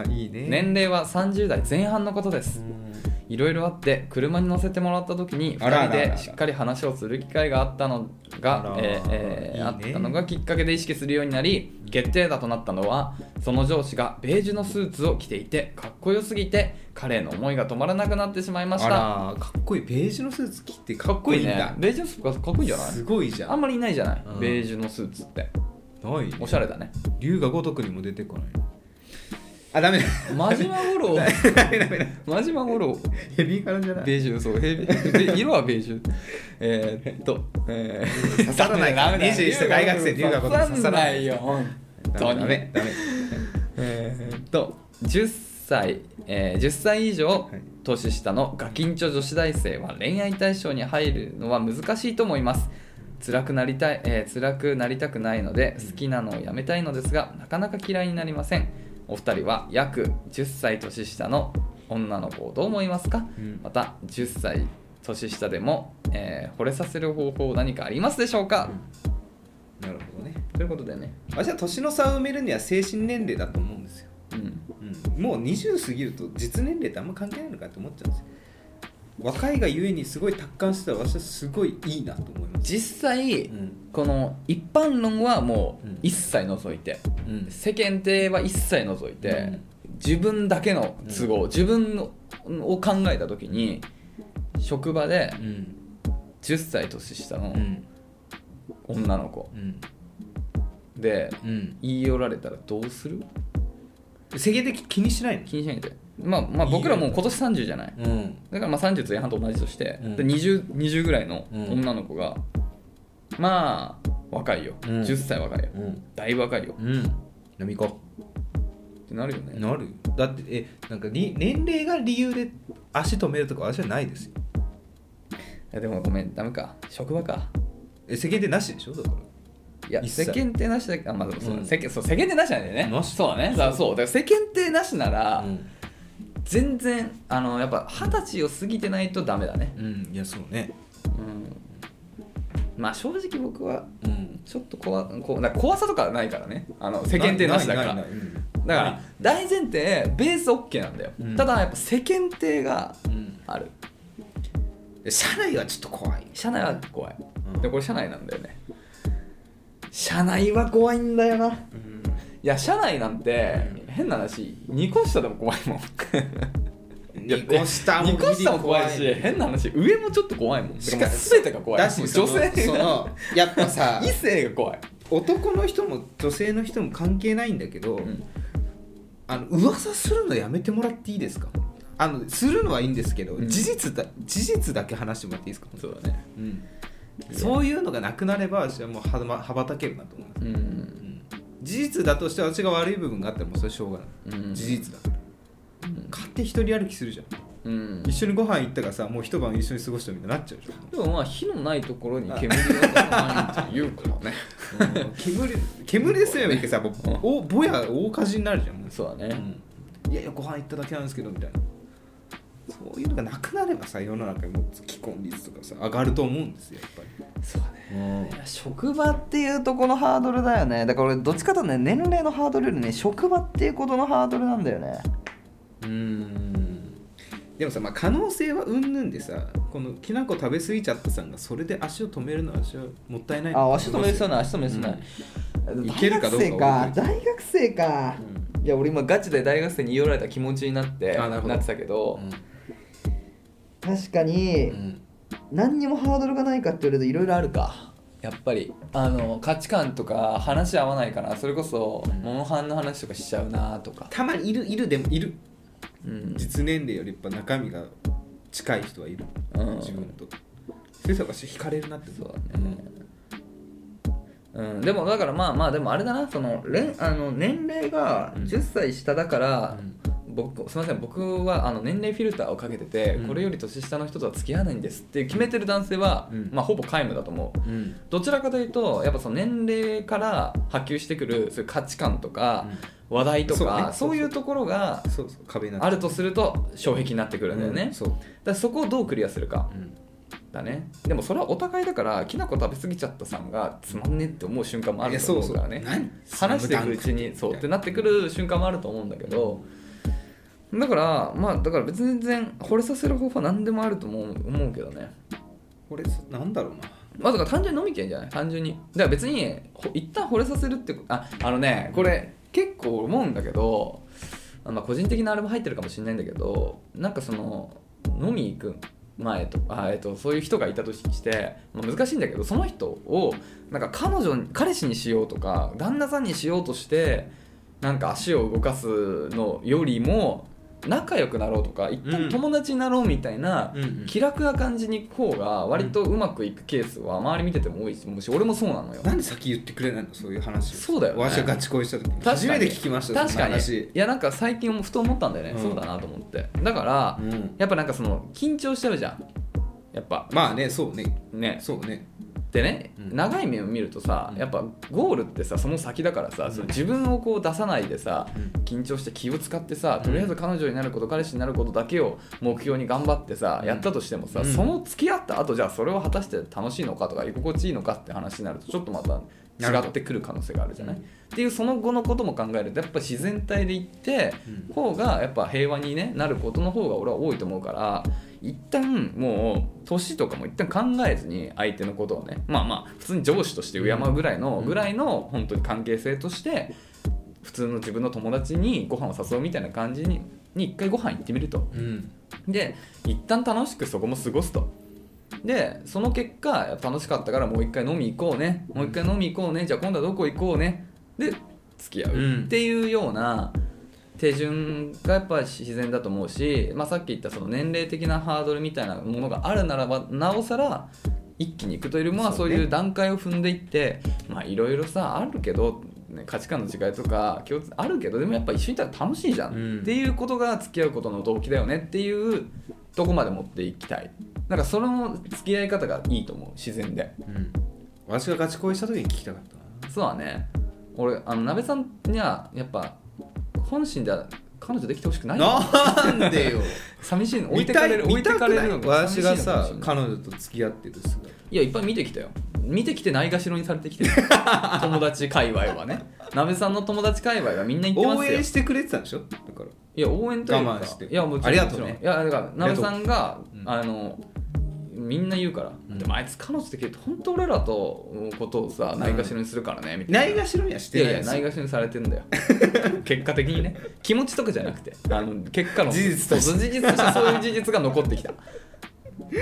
あいいね。年齢はさんじゅう代前半のことです。いろいろあって車に乗せてもらった時にふたりでしっかり話をする機会があったのがあ、えーえー、あったのがきっかけで意識するようになり、決定打となったのはその上司がベージュのスーツを着ていてかっこよすぎて彼への思いが止まらなくなってしまいました。 あらかっこいい。ベージュのスーツ着てかっこいいんだ。 かっこいいね。ベージュのスーツかっこいいんじゃない。 すごいじゃん。 あんまりいないじゃない、 うん、 ベージュのスーツってない、 おしゃれだね。 龍が如くにも出てこない。あ、ダメだ。 真島五郎真島五郎ヘビーカラじゃない。 ベージュ、そうヘビー色はベージュえー、っと、えー、 刺さらないから。にじゅういっさい大学生龍が如く刺さらないよ本当に。 ダメダメえー、っとじゅっさい、えー、じゅっさい以上年下のガキンチョ女子大生は恋愛対象に入るのは難しいと思います。辛くなりたい、えー、辛くなりたくないので好きなのをやめたいのですがなかなか嫌いになりません。お二人は約じゅっさい年下の女の子をどう思いますか、うん、またじゅっさい年下でも、えー、惚れさせる方法何かありますでしょうか、 うん、なるほどね。 ということでね、 私は年の差を埋めるには精神年齢だと思うんですよ、 うんうん、もうにじゅう過ぎると実年齢ってあんま関係ないのかって思っちゃうんですよ。若いがゆえにすごい達観してたら私はすごいいいなと思います。 実際、うん、この一般論はもう一切除いて、うん、世間体は一切除いて、うん、自分だけの都合、うん、自分のを考えた時に職場でじゅっさい年下の女の子、うん、で、うん、言い寄られたらどうする？ 世間的気にしないの？ 気にしないで。まあ、まあ僕らもう今年さんじゅうじゃない、うん、だからまあさんじゅう前半と同じとして、うん、で にじゅう, にじゅうぐらいの女の子が、うん、まあ若いよ、うん、じゅっさい若いよ、うん、だいぶ若いよ、 うん、飲み行こうってなるよね。 なる。だってえなんか年齢が理由で足止めるとか私はないですよ。 いやでもごめんダメか職場か。 え世間でなしでしょだから。 いや世間体なしだけど、まあそう、うん、世間そう世間体なしなんだよね。なしそうだね。そうそうだから世間体なしなら、うん、全然あのやっぱ二十歳を過ぎてないとダメだね。 うん、いやそうね。 うん。まあ正直僕はちょっと怖こうだから怖さとかないからね。あの世間体なしだから。だから大前提ベース OK なんだよ。うん、ただやっぱ世間体がある。 うん、社内はちょっと怖い。 社内は怖い。うん、でこれ社内なんだよね。社内は怖いんだよな。うん、いや社内なんて変な話にこ下でも怖いもん。 にこ下も怖いし変な話上もちょっと怖いもん。しかも全てが怖い。 だし女性そのやっぱさ異性が怖い。 男の人も女性の人も関係ないんだけど、うん、あの噂するのやめてもらっていいですか。あのするのはいいんですけど、うん、事実だ事実だけ話してもらっていいですか。 そうだね。 うんそういうのがなくなれば私はもう羽ばたけるなと思います、うんうん、 事実だとして私が悪い部分があったらもうそれはしょうがない、うん、事実だから、うん、勝手一人歩きするじゃん、うん、一緒にご飯行ったからさもう一晩一緒に過ごしたみたいになっちゃうじゃん。 でもまあ火のないところに煙が出ないって言うからね、 うん、煙煙ですよねさもうおぼや大火事になるじゃん。もうそうだね、 うん、いやいやご飯行っただけなんですけどみたいな、そういうのがなくなればさ世の中にも既婚率とかさ上がると思うんですよやっぱり。 そうね、うん、いや職場っていうとこのハードルだよね。だから俺どっちかというとね年齢のハードルよりね職場っていうことのハードルなんだよね。 うーんでもさ、まあ、可能性はうんぬんでさこのきな粉食べ過ぎちゃったさんがそれで足を止めるのは私はもったいない。 あ足止めそうな足止めそうな、うん、いけるかどうか大学生か、うん、いや俺今ガチで大学生に言われた気持ちになってなってたけど、うん確かに、うん、何にもハードルがないかって言われるといろいろあるか。やっぱりあの価値観とか話合わないからそれこそモンハンの話とかしちゃうなとか、 たまにいるいるでもいる、うん、実年齢よりやっぱ中身が近い人はいる、うん、自分とそういう人が惹かれるなって。 そうだね、うんうん、でもだからまあまあでもあれだなそのあの年齢がじゅっさい下だから、うん僕すみません僕はあの年齢フィルターをかけてて、うん、これより年下の人とは付き合わないんですって決めてる男性は、うんまあ、ほぼ皆無だと思う、うん、どちらかというとやっぱその年齢から波及してくるそういう価値観とか、うん、話題とかそう、ね、そういうところがあるとすると障壁になってくるんだよね、うん、そうだからそこをどうクリアするか、うんだね、でもそれはお互いだからきな粉食べ過ぎちゃったさんがつまんねって思う瞬間もあると思うからね。話していくうちにそうってなってくる瞬間もあると思うんだけど、だからまあだから別に全然惚れさせる方法は何でもあると思う、思うけどね。 惚れなんだろうな。 まあだから単純に飲みきゃいいんじゃない？単純に。だから別に一旦惚れさせるってああのねこれ結構思うんだけど、まあ個人的なあれも入ってるかもしれないんだけど、なんかその飲み行く前とあ、えっと、そういう人がいたとして、まあ、難しいんだけどその人をなんか彼女に彼氏にしようとか旦那さんにしようとしてなんか足を動かすのよりも仲良くなろうとか一旦友達になろうみたいな、うん、気楽な感じに行く方が割とうまくいくケースは周り見てても多いし俺もそうなのよ。 なんで先言ってくれないのそういう話。 そうだよね。 わしがガチ恋した時初めて聞きました。 確かにいやなんか最近ふと思ったんだよね、うん、そうだなと思ってだから、うん、やっぱなんかその緊張しちゃうじゃんやっぱ。 まあねそうねねそうねでね、うん、長い目を見るとさやっぱゴールってさその先だからさ、うん、その自分をこう出さないでさ、うん、緊張して気を使ってさとりあえず彼女になること彼氏になることだけを目標に頑張ってさ、うん、やったとしてもさ、うん、その付き合った後じゃあそれを果たして楽しいのかとか居心地いいのかって話になるとちょっとまた違ってくる可能性があるじゃない、うん、っていうその後のことも考えるとやっぱ自然体でいって方がやっぱ平和に、ね、なることの方が俺は多いと思うから一旦もう年とかも一旦考えずに相手のことをねまあまあ普通に上司として敬うぐらいの、うん、ぐらいの本当に関係性として普通の自分の友達にご飯を誘うみたいな感じにに一回ご飯行ってみると、うん、で一旦楽しくそこも過ごすとでその結果楽しかったからもう一回飲み行こうねもう一回飲み行こうねじゃあ今度はどこ行こうねで付き合うっていうような手順がやっぱり自然だと思うし、まあ、さっき言ったその年齢的なハードルみたいなものがあるならばなおさら一気にいくというよりもそういう段階を踏んでいってまあいろいろさあるけど、ね、価値観の違いとか共通あるけどでもやっぱ一緒にいたら楽しいじゃん、うん、っていうことが付き合うことの動機だよねっていうとこまで持っていきたい。なんかその付き合い方がいいと思う自然で、うん、 私がガチ恋した時に聞きたかったな。そうだね俺あの鍋さんにはやっぱ本心では彼女できてほしくないなんでよ寂しいの置いてかれる置いてかれるの私がさ彼女と付き合ってる姿いやいっぱい見てきたよ見てきてないがしろにされてきてる友達界隈はね鍋さんの友達界隈はみんな言ってますよ応援してくれてたんでしょだからいや応援というか我慢していやもちろんありがとうねいやだから鍋さんが、うん、あのみんな言うから、うん、でもあいつ彼女できると本当俺らとことをさないがしろにするからねみたいなないがしろにはしてないいやいやないがしろにされてんだよ結果的にね気持ちとかじゃなくてあの結果の事実として事実としてそういう事実が残ってきた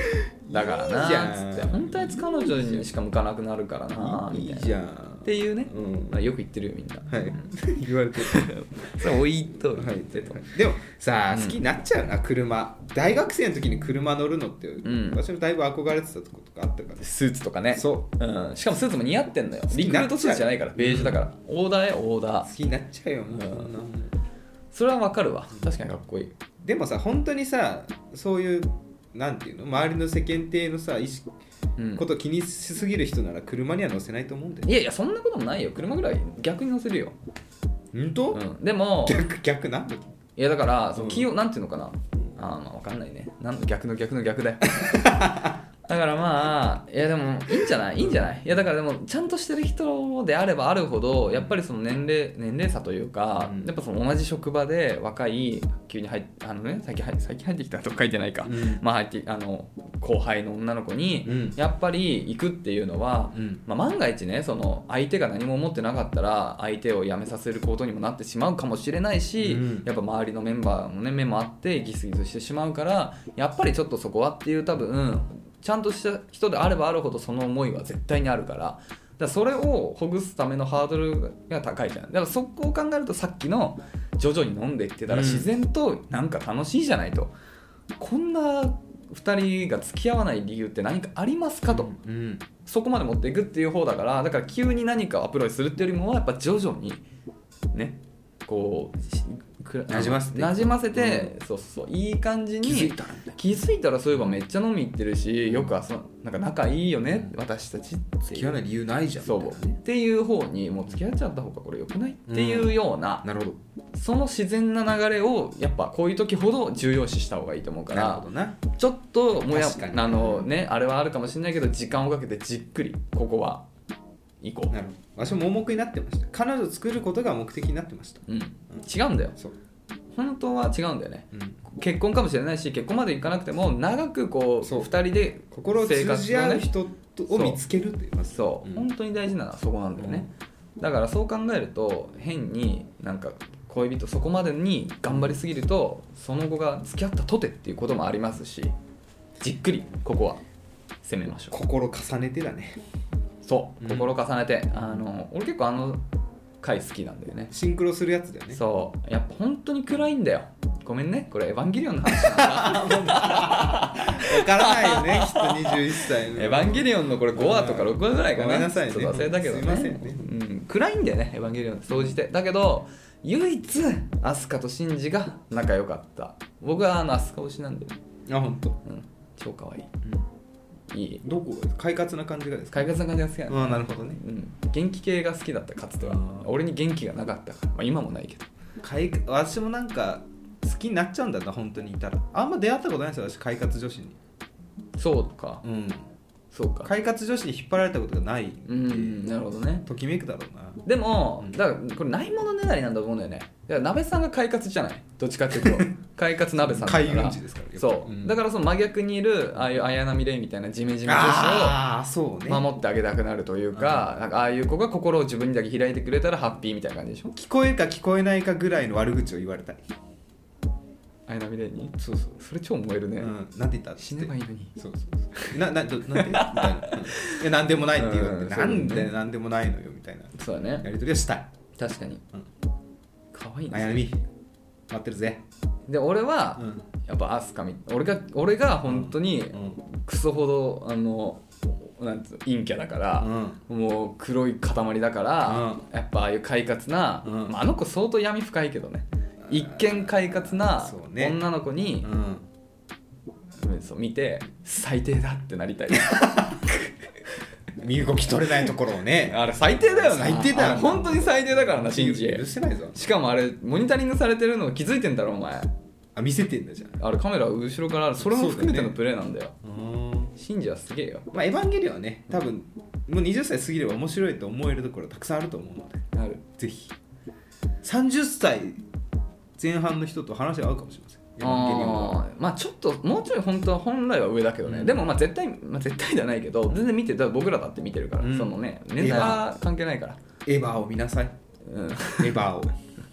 だからなーっつって本当は彼女にしか向かなくなるからなーみたいないいじゃんっていうね、うん、まあ、よく言ってるよみんな、 はい、言われてるそれおいと言ってと、 はい、でもさあ、うん、好きになっちゃうな車。大学生の時に車乗るのって、うん、私もだいぶ憧れてたことがあったから、 スーツとかね。 そう、 うん、しかもスーツも似合ってんのよ。リクルートスーツじゃないからベージュだから、うん、オーダーやオーダー好きになっちゃうよ、うん、 それはわかるわ。確かにかっこいい。 でもさ本当にさそういうなんていうの周りの世間体のさ意識こと気にしすぎる人なら車には乗せないと思うんだよ、ね、 いやいやそんなこともないよ。車ぐらい逆に乗せるよ。 本当、 うん、でも逆逆なんだいやだからその気を、うん、なんていうのかなあまあ分かんないねなん逆の逆の逆だよだからまあいやでもいいんじゃないいいんじゃないいやだからでもちゃんとしてる人であればあるほどやっぱりその年齢年齢差というか、うん、やっぱその同じ職場で若い急に入ってあのね最近入最近入ってきたと書いてないか、うん、まあ入ってあの後輩の女の子に、うん、やっぱり行くっていうのは、うんまあ、万が一ねその相手が何も思ってなかったら相手を辞めさせることにもなってしまうかもしれないし、うん、やっぱ周りのメンバーのね目もあってギスギスしてしまうからやっぱりちょっとそこはっていう多分ちゃんとした人であればあるほどその思いは絶対にあるから、だからそれをほぐすためのハードルが高いじゃん。だからそこを考えるとさっきの徐々に飲んでいってたら自然となんか楽しいじゃないと、うん、こんなふたりが付き合わない理由って何かありますかと、うん、そこまで持っていくっていう方だからだから急に何かアプローチするっていうよりもやっぱ徐々にねこうなじませてなじませて、うん、そうそういい感じに気づいたら気づいたらそういえばめっちゃ飲み行ってるし、うん、よくはそなんか仲いいよね、うん、私たちって付き合わない理由ないじゃんそう、ね、っていう方にもう付き合っちゃった方がこれ良くないっていうような、 うん、なるほどその自然な流れをやっぱこういう時ほど重要視した方がいいと思うからなるほどなちょっともやあのねあれはあるかもしれないけど時間をかけてじっくりここは行こう。 なるほど私も盲目になってました。彼女を作ることが目的になってました、 うんうん、違うんだよ。そう本当は違うんだよね、うん、結婚かもしれないし結婚までいかなくても長くこうふたりで心を通じ合う人を見つけるって言いますそう、うん、本当に大事なのはそこなんだよね、うん、だからそう考えると変になんか恋人そこまでに頑張りすぎるとその後が付き合ったとてっていうこともありますしじっくりここは攻めましょう。 心重ねてだね。 そう、うん、心重ねてあの俺結構あの回好きなんだよね。 シンクロするやつだよね。 そうやっぱ本当に暗いんだよ。ごめんねこれエヴァンゲリオンの話なんだ分からないよねきっとにじゅういっさいのエヴァンゲリオンのこれごわとかろくわぐらいかな。 ごめんなさいねちょっと忘れたけどね。 すいませんね、 うん、暗いんだよねエヴァンゲリオン総じて。だけど唯一アスカとシンジが仲良かった。僕はあのアスカ推しなんで。 あ本当。 うん超可愛い、うん、いい。 どこ快活な感じがですか。 快活な感じが好きなんだ、ね、 あなるほどね、 うん、元気系が好きだったかつては。俺に元気がなかったから、まあ、今もないけど快私もなんか好きになっちゃうんだな本当にいたら。あんま出会ったことないですよ私快活女子に。 そうかうんそうか快活女子に引っ張られたことがない。 うんなるほどね。 ときめくだろうな。 でも、うん、だからこれないものねだりなんだと思うんだよね。だから鍋さんが快活じゃないどっちかっていうと快活鍋さんだから開運時ですからそう、うん、だからその真逆にいるああいう綾波レイみたいなジメジメ女子を守ってあげたくなるというか、なんかああいう子が心を自分にだけ開いてくれたらハッピーみたいな感じでしょ。 聞こえるか聞こえないかぐらいの悪口を言われたい。 綾波レイに。 そうそうそれ超燃えるね、 うん、なんて言った死ねばいいのに。 そうそうそうなななんでみたいな、いやなんでもないって言うの、うん、なんでなんでもないのよみたいな。 そうだねやり取りをしたい。 確かに、うん、かわいいね。 綾波待ってるぜ。 で俺は、うん、やっぱアスカみ俺が俺が本当にクソほどあのなんつう陰キャだから、うん、もう黒い塊だから、うん、やっぱああいう快活な、うんまあ、あの子相当闇深いけどね一見快活な女の子に、ねうん、そう見て最低だってなりたい身動き取れないところをねあれ最低だよな。 最低だよ本当に最低だからなシンジ。 許せないぞ。 しかもあれモニタリングされてるの気づいてんだろお前。 あ見せてんだじゃん。 あれカメラ後ろからあるそれも含めてのプレイなんだよ。だね、シンジはすげえよ。 まあエヴァンゲリオンはね多分もうはたち過ぎれば面白いと思えるところたくさんあると思うのであるぜひさんじゅっさい前半の人と話が合うかもしれません。 あまあちょっともうちょい本当は本来は上だけどね、うん、でもまあ絶対、まあ、絶対ではないけど全然見てた僕らだって見てるから、うん、そのね年代は関係ないからエヴァを見なさい、 うん、 エヴァを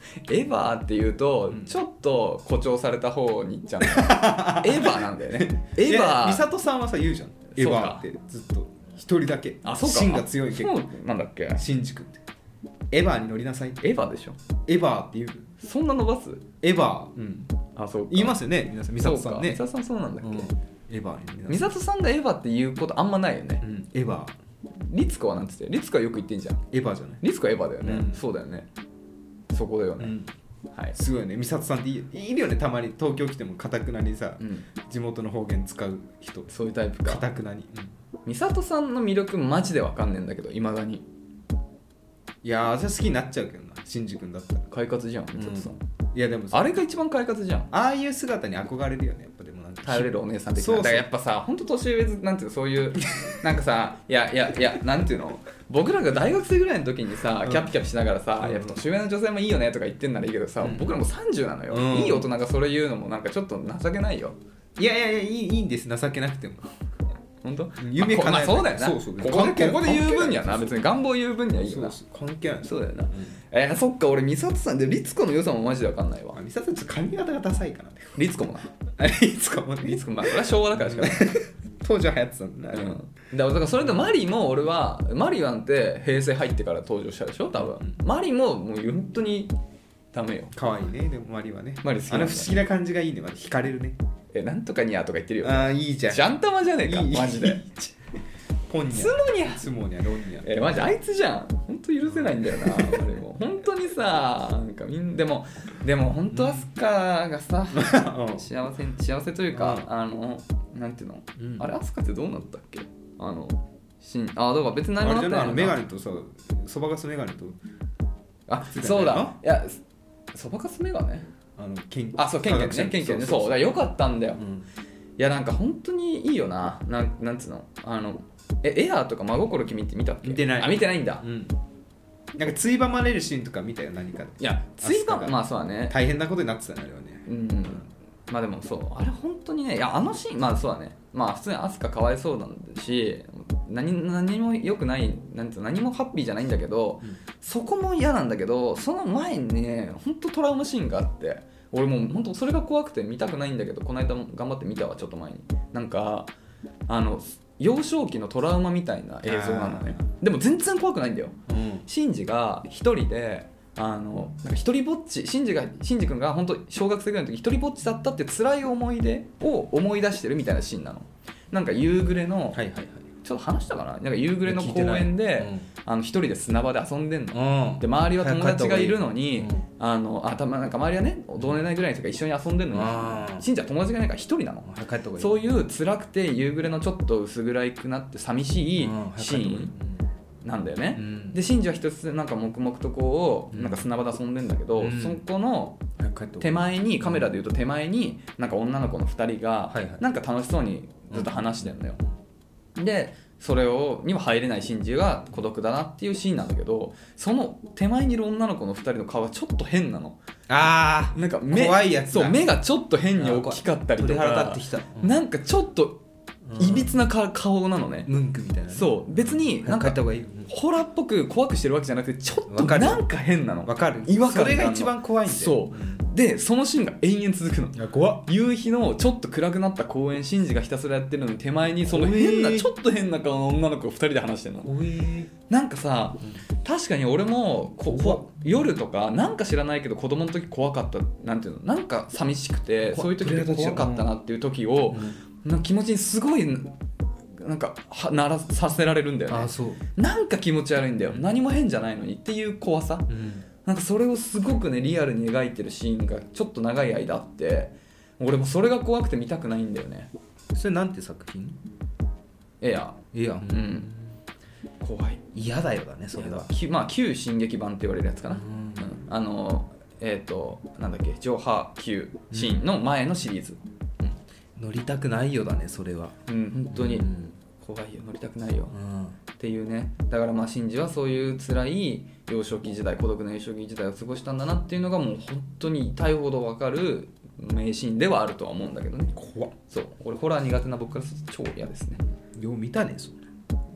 エヴァっていうと、うん、ちょっと誇張された方に行っちゃうエヴァなんだよね。エヴァ美里さんはさ言うじゃん、エヴァってずっと一人だけあそうか芯が強い結構なんだっけ新宿ってエヴァに乗りなさいって。 エヴァでしょ。 エヴァって言う。 そんな伸ばすエヴァ、うん、 あそうか言いますよね皆さん。美里さんね。 美里さんそうなんだっけ、うん、 エヴァに美里さんがエヴァって言うことあんまないよね、 うん、エヴァ。 律子はなんつってリツコはよく言ってんじゃん。 エヴァじゃない。 律子はエヴァだよね、うん、そうだよね。そこだよね、 うんはい、すごいね。美里さんってい る, いるよねたまに。東京来てもかたくなにさ、うん、地元の方言使う人。 そういうタイプか。 かたくなに、 うん、美里さんの魅力マジでわかんねえんだけどいまだに。 いやー私は好きになっちゃうけどな新宿だったら。 快活じゃん美里さん、うん、 いやでもあれが一番快活じゃん。 ああいう姿に憧れるよねやっぱ。でもなんか頼れるお姉さん的な。そうそうだからやっぱさほんと年上なんていうのそういうなんかさいやいやいやなんていうの僕らが大学生ぐらいの時にさキャピキャピしながらさ、うん、やっぱ年上の女性もいいよねとか言ってんならいいけどさ、うん、僕らもさんじゅうなのよ、うん、いい大人がそれ言うのもなんかちょっと情けないよ。 いやいやいやいい、いいんです情けなくても。 本当夢叶えない、まあ、 そうだよな。そうそうここでここで言う分にはな別に願望言う分にはいいよな。 そうそう関係ない。 そうだよな、うん、えー、そっか俺美里さんで律子の良さもマジで分かんないわ。 美里さんちょっと髪型がダサいかな。 律子もな律子も律子まあそれは昭和だからしかない当時は流行ってたんだ、 うん、だからそれとマリも俺はマリなんて平成入ってから登場したでしょ多分、うん、マリももう本当にダメよ。 可愛いねでもマリはね。 マリ好きあの不思議な感じがいいね。ま、惹かれるね。 えなんとかにゃーとか言ってるよ、ね、 ああいいじゃん。 ジャンタマじゃねえかいいマジでポンニャツモニャツモニャロンニャえマジあいつじゃん。本当許せないんだよなあれも本当にさなんかみんでもでも本当アスカがさ、うん、幸せ幸せというか、うん、あのなんていうの、うん、あれアスカってどうなったっけ。あのしんあだから別に何もなってないのか。 メガネとさそばかすメガネとあそうだいやそばかすメガネあのケンあそうケンケンねケンケンねそうだからよかったんだよ、うん、いやなんか本当にいいよな。なんなんつうのあのえエアーとか真心君って見たっけ。 見てない。 あ見てないんだ、うん、 なんかついばまれるシーンとか見たよ何か。 いやついばまあそうだね大変なことになってたねあれはね。 うん、うん、まあでもそうあれ本当にねいやあのシーンまあそうだねまあ普通にアスカかわいそうなんだし 何, 何も良くないなんて何もハッピーじゃないんだけど、うん、そこも嫌なんだけどその前にね本当トラウマシーンがあって俺もう本当それが怖くて見たくないんだけどこの間頑張って見たわちょっと前に。なんかあの幼少期のトラウマみたいな映像なのね。でも全然怖くないんだよ、うん、シンジが一人であのなんか一人ぼっちシンジがシンジ君が本当小学生ぐらいの時一人ぼっちだったって辛い思い出を思い出してるみたいなシーンなの。なんか夕暮れの、はいはいはい、ちょっと話したかな。なんか夕暮れの公園で、うん、あの一人で砂場で遊んでんの、うん、で周りは友達がいるのに、うん、あのあたまなんか周りはね同年代ぐらいの人が一緒に遊んでんのにシンジは友達がいないから一人なの。そういう辛くて夕暮れのちょっと薄暗くなって寂しいシーンなんだよね、うん、でシンジは一つなんか黙々とこうなんか砂場で遊んでんだけど、うん、そこの手前にカメラでいうと手前になんか女の子のふたりがなんか楽しそうにずっと話してんのよ、うん、でそれをには入れないシンジが孤独だなっていうシーンなんだけどその手前にいる女の子のふたりの顔がちょっと変なの。 あーなんか目怖いやつだ。 そう目がちょっと変に大きかったりとか、うん、なんかちょっといびつな顔なのね。 ムンクみたいな、ね、 そう別になんかホラーっぽく怖くしてるわけじゃなくてちょっとなんか変なの。 わかる。 違和感。 それが一番怖いんだよ。 そう、うん、でそのシーンが延々続くの。 いや怖っ。 夕日のちょっと暗くなった公園シンジがひたすらやってるのに手前にその変なちょっと変な顔の女の子ふたりで話してるの。なんかさ、うん、確かに俺もここ夜とかなんか知らないけど子供の時怖かったなんていうのなんか寂しくてそういう時って怖かったなっていう時を、うん、なんか気持ちにすごいなんかならさせられるんだよね。 あそうなんか気持ち悪いんだよ、うん、何も変じゃないのにっていう怖さ、うん、なんかそれをすごくねリアルに描いてるシーンがちょっと長い間あって俺もそれが怖くて見たくないんだよね。 それなんて作品？ エアエア、 うん、怖い。 嫌だよだねそれは。 まあ旧進撃版って言われるやつかな、うんうん、あのえっ、ー、となんだっけジョーハ旧シーンの前のシリーズ、 乗りたくないよだねそれは。 うん本当に、うん、怖いよ乗りたくないよ、うん、っていうね。だからまあシンジはそういう辛い幼少期時代孤独な幼少期時代を過ごしたんだなっていうのがもう本当に痛いほど分かる名シーンではあるとは思うんだけどね。 怖っ。 そう俺ホラー苦手な僕からすると超嫌ですね。 よう見たねそれ。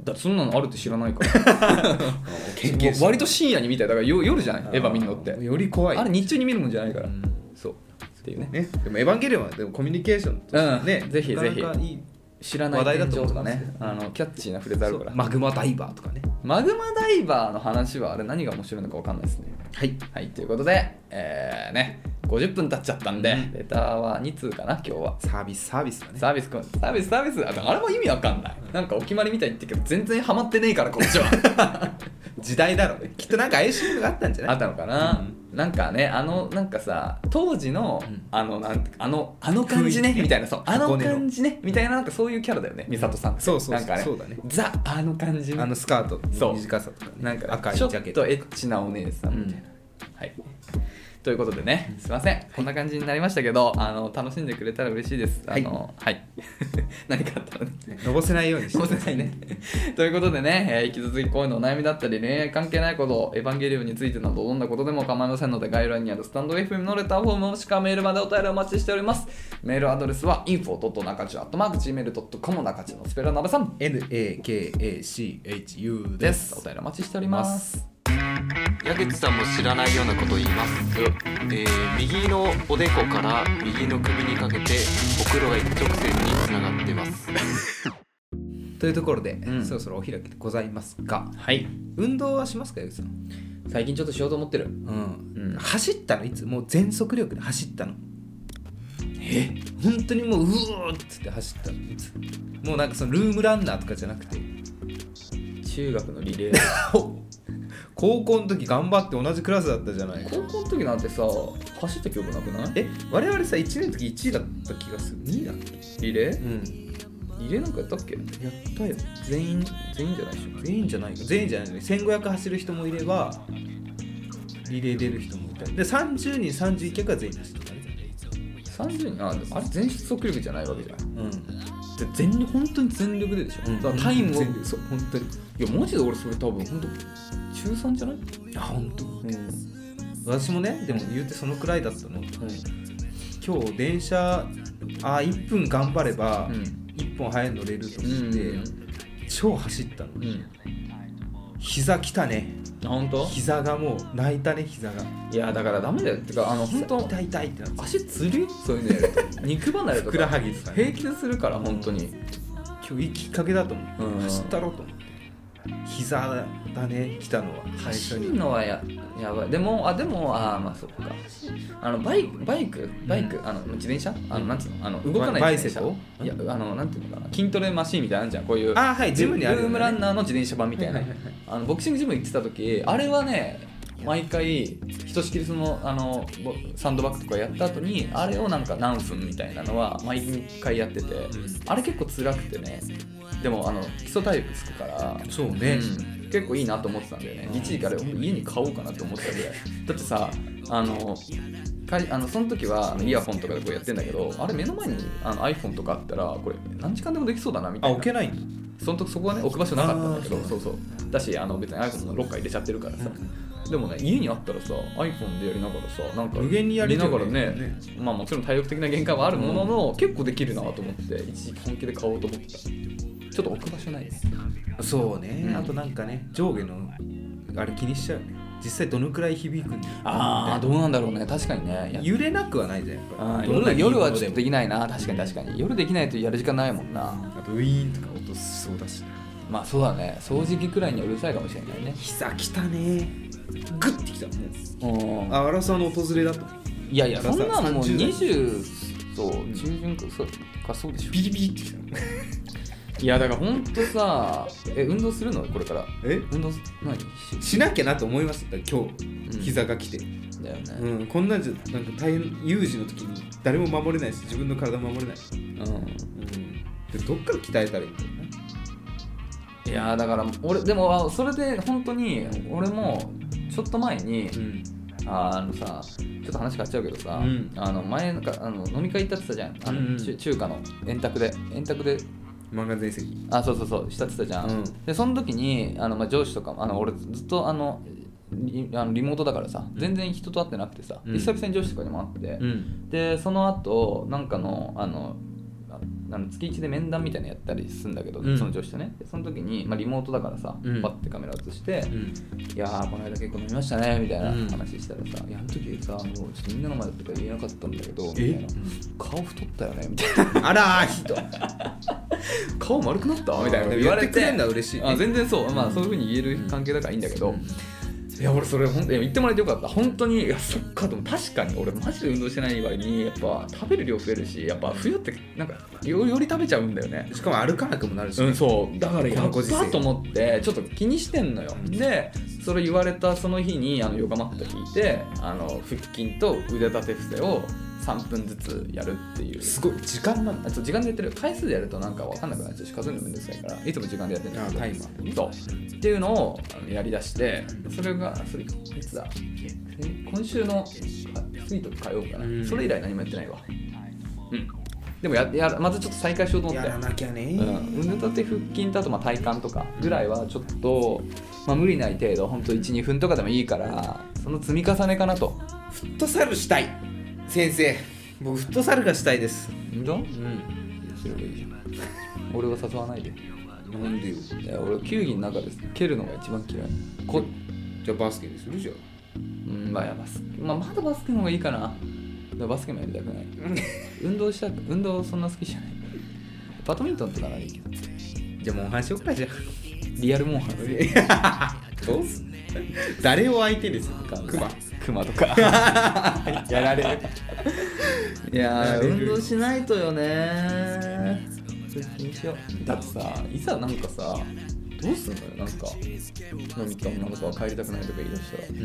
だそんなのあるって知らないから研究割と深夜に見たいだから夜じゃないエヴァ見るのってより怖いあれ日中に見るもんじゃないから、うん、そうっていうね。 ねでもエヴァンゲリオンはでもコミュニケーションとしてね、 うん、ぜひぜひなかなかいい知らない天井とかねあのキャッチーなフレーズあるからマグマダイバーとかねマグマダイバーの話はあれ何が面白いのか分かんないですね。 はい、 はい、ということで、えー、ねごじゅっぷん経っちゃったんで、うん、レターはに通かな今日は。 サービスサービスだねサービスサービスサービスあれも意味わかんないなんかお決まりみたいに言ってるけど全然ハマってねえからこっちは時代だろうねきっとなんか怪しいのがあったんじゃないあったのかな、うん、なんかねあのなんかさ当時の、うん、あのなんてあのあの感じねみたいなそうあの感じねみたいななんかそういうキャラだよね美里さんってそうそうなんかねそうだねザあの感じあのスカートの短さとか、ね、 なんか赤いジャケットちょっとエッチなお姉さんみたいな、うん、はいということでね、すいません、はい、こんな感じになりましたけど、あの楽しんでくれたら嬉しいです。あのはい、はい、何かあったらね、 のぼせないようにして、 のぼせないね。ということでね、えー、引き続き恋のお悩みだったり、恋愛関係ないこと、エヴァンゲリオンについてなどどんなことでも構いませんので、概要欄にあるスタンド エフエム のレターフォームもしくはメールまでお便りお待ちしております。メールアドレスは インフォドットナカチュアットマークジーメールドットコム 中地のスペルナベさんエヌエーケーエーシーエイチユーで。 ですお便りお待ちしております。 矢口さんも知らないようなことを言います、えー、右のおでこから右の首にかけてほくろが一直線につながってますというところで、 うん、 そろそろお開きでございますが、 はい、 運動はしますか矢口さん。 最近ちょっとしようと思ってる、 うんうん、走ったのいつもう全速力で走ったのえ本当にもううおーっつって走ったのいつもうなんかそのルームランナーとかじゃなくて中学のリレー高校の時頑張って同じクラスだったじゃない。 高校の時なんてさ走った記憶なくない？ え我々さいちねんの時いちいだった気がする。にいだっけリレー？ うんリレーなんかやったっけ？ やったよ。 全員全員じゃないでしょ。 全員じゃないよ。全員じゃないの。せんごひゃく走る人もいればリレー出る人もいたりでさんじゅうにんさんじゅういっきゃくは全員走ったね。 さんじゅうにんああれ全速力じゃないわけじゃない。 うんで全力本当に全力ででしょ、うん、だからタイムを全力そう本当にいやマジで俺それ多分本当中さんじゃない？ あ本当、 うん、 私もねでも言うてそのくらいだったの、うん、今日電車あいっぷん頑張ればいっぽん早い乗れると思って、うん、超走ったの、うん、膝きたね。 本当？ 膝がもう泣いたね膝が。 いやだからダメだよってかあの本当痛い痛いってなって足つるそういうのやると肉離れとかふくらはぎとか、 ね、平気でするから本当に今日いいきっかけだと思って、 うん、 走ったろうと思って膝だね来たのは最初に。 走るのはややばい。でもあでもあまあそっかあのバイクバイクバイク、うん、あの自転車あのなんつうのあの動かない自転車バイセト？ いやあのなんていうのかな筋トレマシーンみたいなのあるじゃんこういうあはいジムにある、ね、 ルームランナーの自転車版みたいな、はいはいはい、あのボクシングジム行ってた時あれはね毎回ひとしきりそのあのサンドバッグとかやった後にあれをなんか何分みたいなのは毎回やってて、うん、あれ結構辛くてね。でもあの基礎体力つくからそうね、 うん、結構いいなと思ってたんだよね。一時から家に買おうかなと思ったぐらいだってさあのかあのその時はイヤホンとかでこうやってんだけどあれ目の前にあの iPhone とかあったらこれ何時間でもできそうだなみたいな。 あ置けないんだ。 その時そこはね置く場所なかったんだけどそうそうだしあの別に iPhone のロッカー入れちゃってるからさ、うん、でもね家にあったらさ iPhone でやりながらさなんか無限にやりながらね、ねまあもちろん体力的な限界はあるものの、うん、結構できるなと思って一時期本気で買おうと思ってた。ちょっと置く場所ないね。 そうね、うん、あとなんかね上下のあれ気にしちゃうね。実際どのくらい響くんだ。 ああどうなんだろうね。確かにね揺れなくはないじゃんやっぱり。 夜, 夜はちょっとできないな。確かに確かに夜できないとやる時間ないもんな。 あとウィーンとか音そうだし、 まあそうだね掃除機くらいにはうるさいかもしれないね。 膝きたねグッてきたもう。あ荒さの訪れだと。 いやいやそんなのもうにじゅうそう中旬かそうかそうでしょ。 ビリビリってきたいやだからほんとさえ運動するのこれから。 え運動何し, しなきゃなと思いました今日、うん、膝が来てだよね、 うん、こんなんじゃなんか大変有事の時に誰も守れないし自分の体守れない、うんうん、でどっから鍛えたらいいんだろうね。 いやだから俺でもそれで本当に俺もちょっと前に、うん、あ, あのさちょっと話変わっちゃうけどさ、うん、あの前なんかあの飲み会行ったってたじゃんあの、うん、中華の円卓で円卓で漫画全席あそうそうそうしたってたじゃん、うん、でその時にあの、まあ、上司とかあの俺ずっとあの リ, あのリモートだからさ、うん、全然人と会ってなくてさ、うん、久々に上司とかにも会って、うん、でその後なんかのあのあの月いちで面談みたいなのやったりするんだけど、 うん、 その女子とね。その時に、まあ、リモートだからさ、うん、パッてカメラ映して、うん、いやーこの間結構飲みましたねみたいな話したらさ、うん、いやあの時さもうちょっとみんなの前だったから言えなかったんだけどみたいな、顔太ったよねみたいな、 あらーひどい顔丸くなったみたいな言われて、 言ってくれるのは嬉しい、ね、 あ全然そう、まあ、そういう風に言える関係だからいいんだけど、うん、いや俺それ本当に言ってもらえてよかった。本当にいやそっかでも確かに俺マジで運動してない割にやっぱ食べる量増えるし、やっぱ冬ってなんかより食べちゃうんだよね。 しかも歩かなくもなるし、 ね、うん、そうだからやっぱと思ってちょっと気にしてんのよ、うん、でそれ言われたその日にあのヨガマット引いてあの腹筋と腕立て伏せをさんぷんずつやるっていう。 すごい時間なんだ。 時間でやってる。回数でやるとなんか分かんなくなっちゃうし数えるのめんどくさいからいつも時間でやってるんだけど、 タイマーそうっていうのをやりだして、それがそれいつだ今週の水と火曜かな、うん、それ以来何もやってないわ。うんでもややまたちょっと再開しようと思って。 やらなきゃね、 うん、腕立て腹筋とあとまあ体幹とかぐらいはちょっと、まあ、無理ない程度ほんと いちにふんとかでもいいからその積み重ねかなと。 フットサルしたい先生、僕フットサルがしたいです。 んだ？うん。それがいいじゃん。俺は誘わないで。 なんでよ。 いや俺球技の中で蹴るのが一番嫌い。こじゃあバスケにするじゃん。 うんまあバスケ、まあ、まだバスケの方がいいかな。バスケもやりたくない。運動した運動そんな好きじゃない。バドミントンとかならいいけど。 じゃあモンハンしようかじゃあ。 リアルモンハン。 どうすん？誰を相手にするか。クマ。 クマとか。やられる。いやー運動しないとよね。だってさいざなんかさどうすんのよなんか飲みた女の子は帰りたくないとか言い出したら。うん。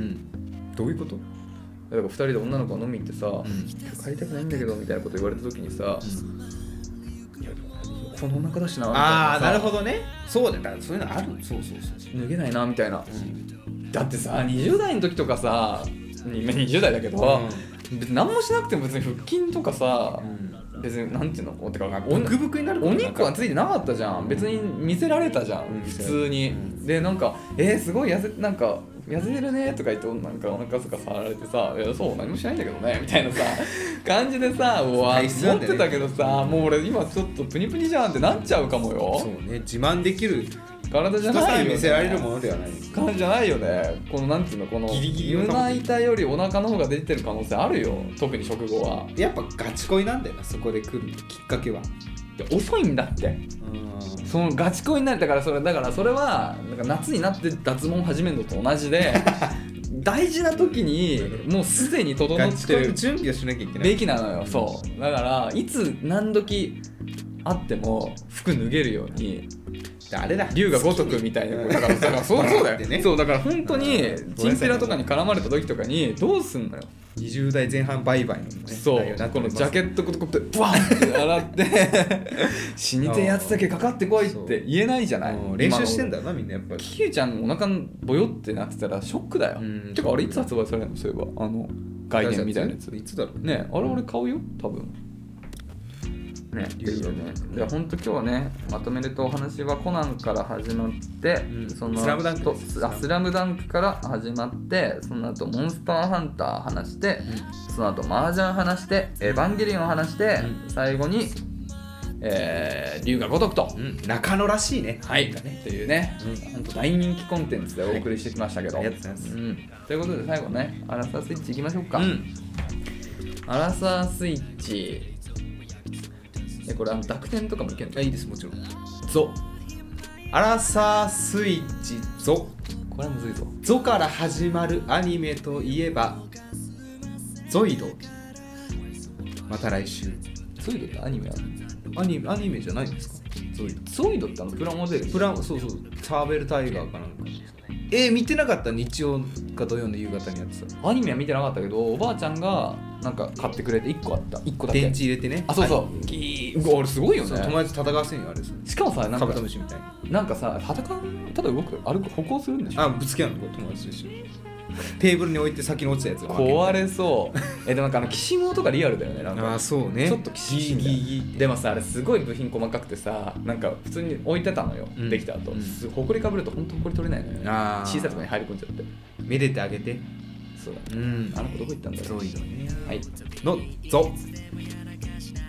どういうこと？ だからふたりで女の子が飲み行ってさ、うん、帰りたくないんだけどみたいなこと言われた時にさ、うん、いやこのお腹だしなみたいな。 ああなるほどね。そうだからそういうのある。そうそうそう脱げないなみたいな、うん、だってさにじゅう代の時とかさにじゅう代だけど、うん、別に何もしなくても別に腹筋とかさ、うん、別になんていうのてかブクブクになるお肉はついてなかったじゃん、うん、別に見せられたじゃん、うん、普通に、うん、でなんかえー、すごい痩せなんか痩せてるねとか言ってなんかお腹とか触られてさ、いやそう何もしないんだけどねみたいなさ感じでさうわ持ってたけどさ、もう俺今ちょっとプニプニじゃんってなっちゃうかもよ。 そうね、自慢できる体じゃないよね。 見せられるものではない感じじゃないよね。このなんていうのこのギリギリ胸板よりお腹の方が出てる可能性あるよ。特に食後はやっぱガチ恋なんだよな、そこで来るきっかけは。 遅いんだって。うん、そのガチ恋になるだからそれだからそれはなんか夏になって脱毛始めるのと同じで大事な時にもうすでに整ってる準備をしなきゃいけないべきなのよ。そうだからいつ何時あっても服脱げるようにあれだ龍が如くみたいな。だからだからそうそうだよね。そうだから本当にチンピラとかに絡まれた時とかにどうすんのよ。 にじゅう代前半バイバイのね。 そうこのジャケットこうやってブワンって洗って死にてえやつだけかかってこいって言えないじゃない。 練習してんだよなみんなやっぱり。 キキューちゃんお腹ボヨってなってたらショックだよ。てかあれいつ発売されるのそういえばあの概念みたいなやついつだろうね。あれ俺買うよ多分ね。っていうね。で本当今日はねまとめるとお話はコナンから始まって、うん、そのスラムダンクとあスラムダンクから始まってその後モンスターハンター話して、うん、その後麻雀話してエヴァンゲリオン話して、うん、最後にえー、龍が如くと、 うん、中野らしいねはいねっていうね、うん、本当大人気コンテンツでお送りしてきましたけど、はい、 ありがとうございます、 うん、ということで最後ねアラサースイッチいきましょうか、 うん、 アラサースイッチえこれあの濁点とかもいけるの？ いいですもちろん。 ゾアラサースイッチゾこれはむずいぞ。 ゾから始まるアニメといえばゾイド。また来週。 ゾイドってアニメある？ アニメアニメじゃないんですか？ ゾイドゾイドってあのプラモデルプラそうそうサーベルタイガーかなんかえー、見てなかった？日曜か土曜の夕方にやってた。 アニメは見てなかったけどおばあちゃんがなんか買ってくれていっこあった。いっこだけ電池入れてね。 あそうそう、ギーあれすごいよね。 友達戦わせんよあれ。 しかもさなんかカブトムシみたいになんかさ戦うただ動く歩く歩行するんでしょ。 あぶつけ合うの友達と一緒にテーブルに置いて先に落ちたやつ壊れそうえでもなんかあのキシモとかリアルだよね。なんかあそうねちょっとキシギギギでもさあれすごい部品細かくてさなんか普通に置いてたのよ、うん、できた後、うん、ほこりかぶると本当ほこり取れないのよ。あ小さいところに入り込んじゃってめでてあげて。 そうだね、うん、あの子どこ行ったんだろう。 ゾイドねはいのゾ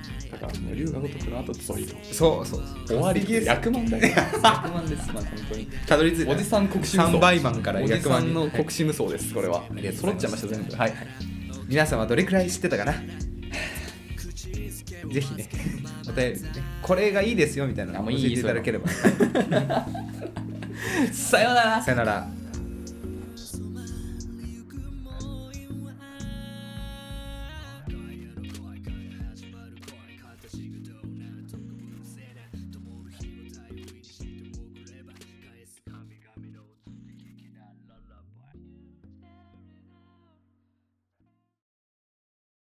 か龍が如くの後ゾイドそうそう終わりです役満だよ役満ですまあ本当にたどり着いたおじさん国士無双さんばいマンからおじさんの役満国士無双ですこれは揃っちゃいました全部はい、 皆さんはどれくらい知ってたかな。ぜひねお便りねこれがいいですよみたいなのを教えていただければ。 さようならさよなら。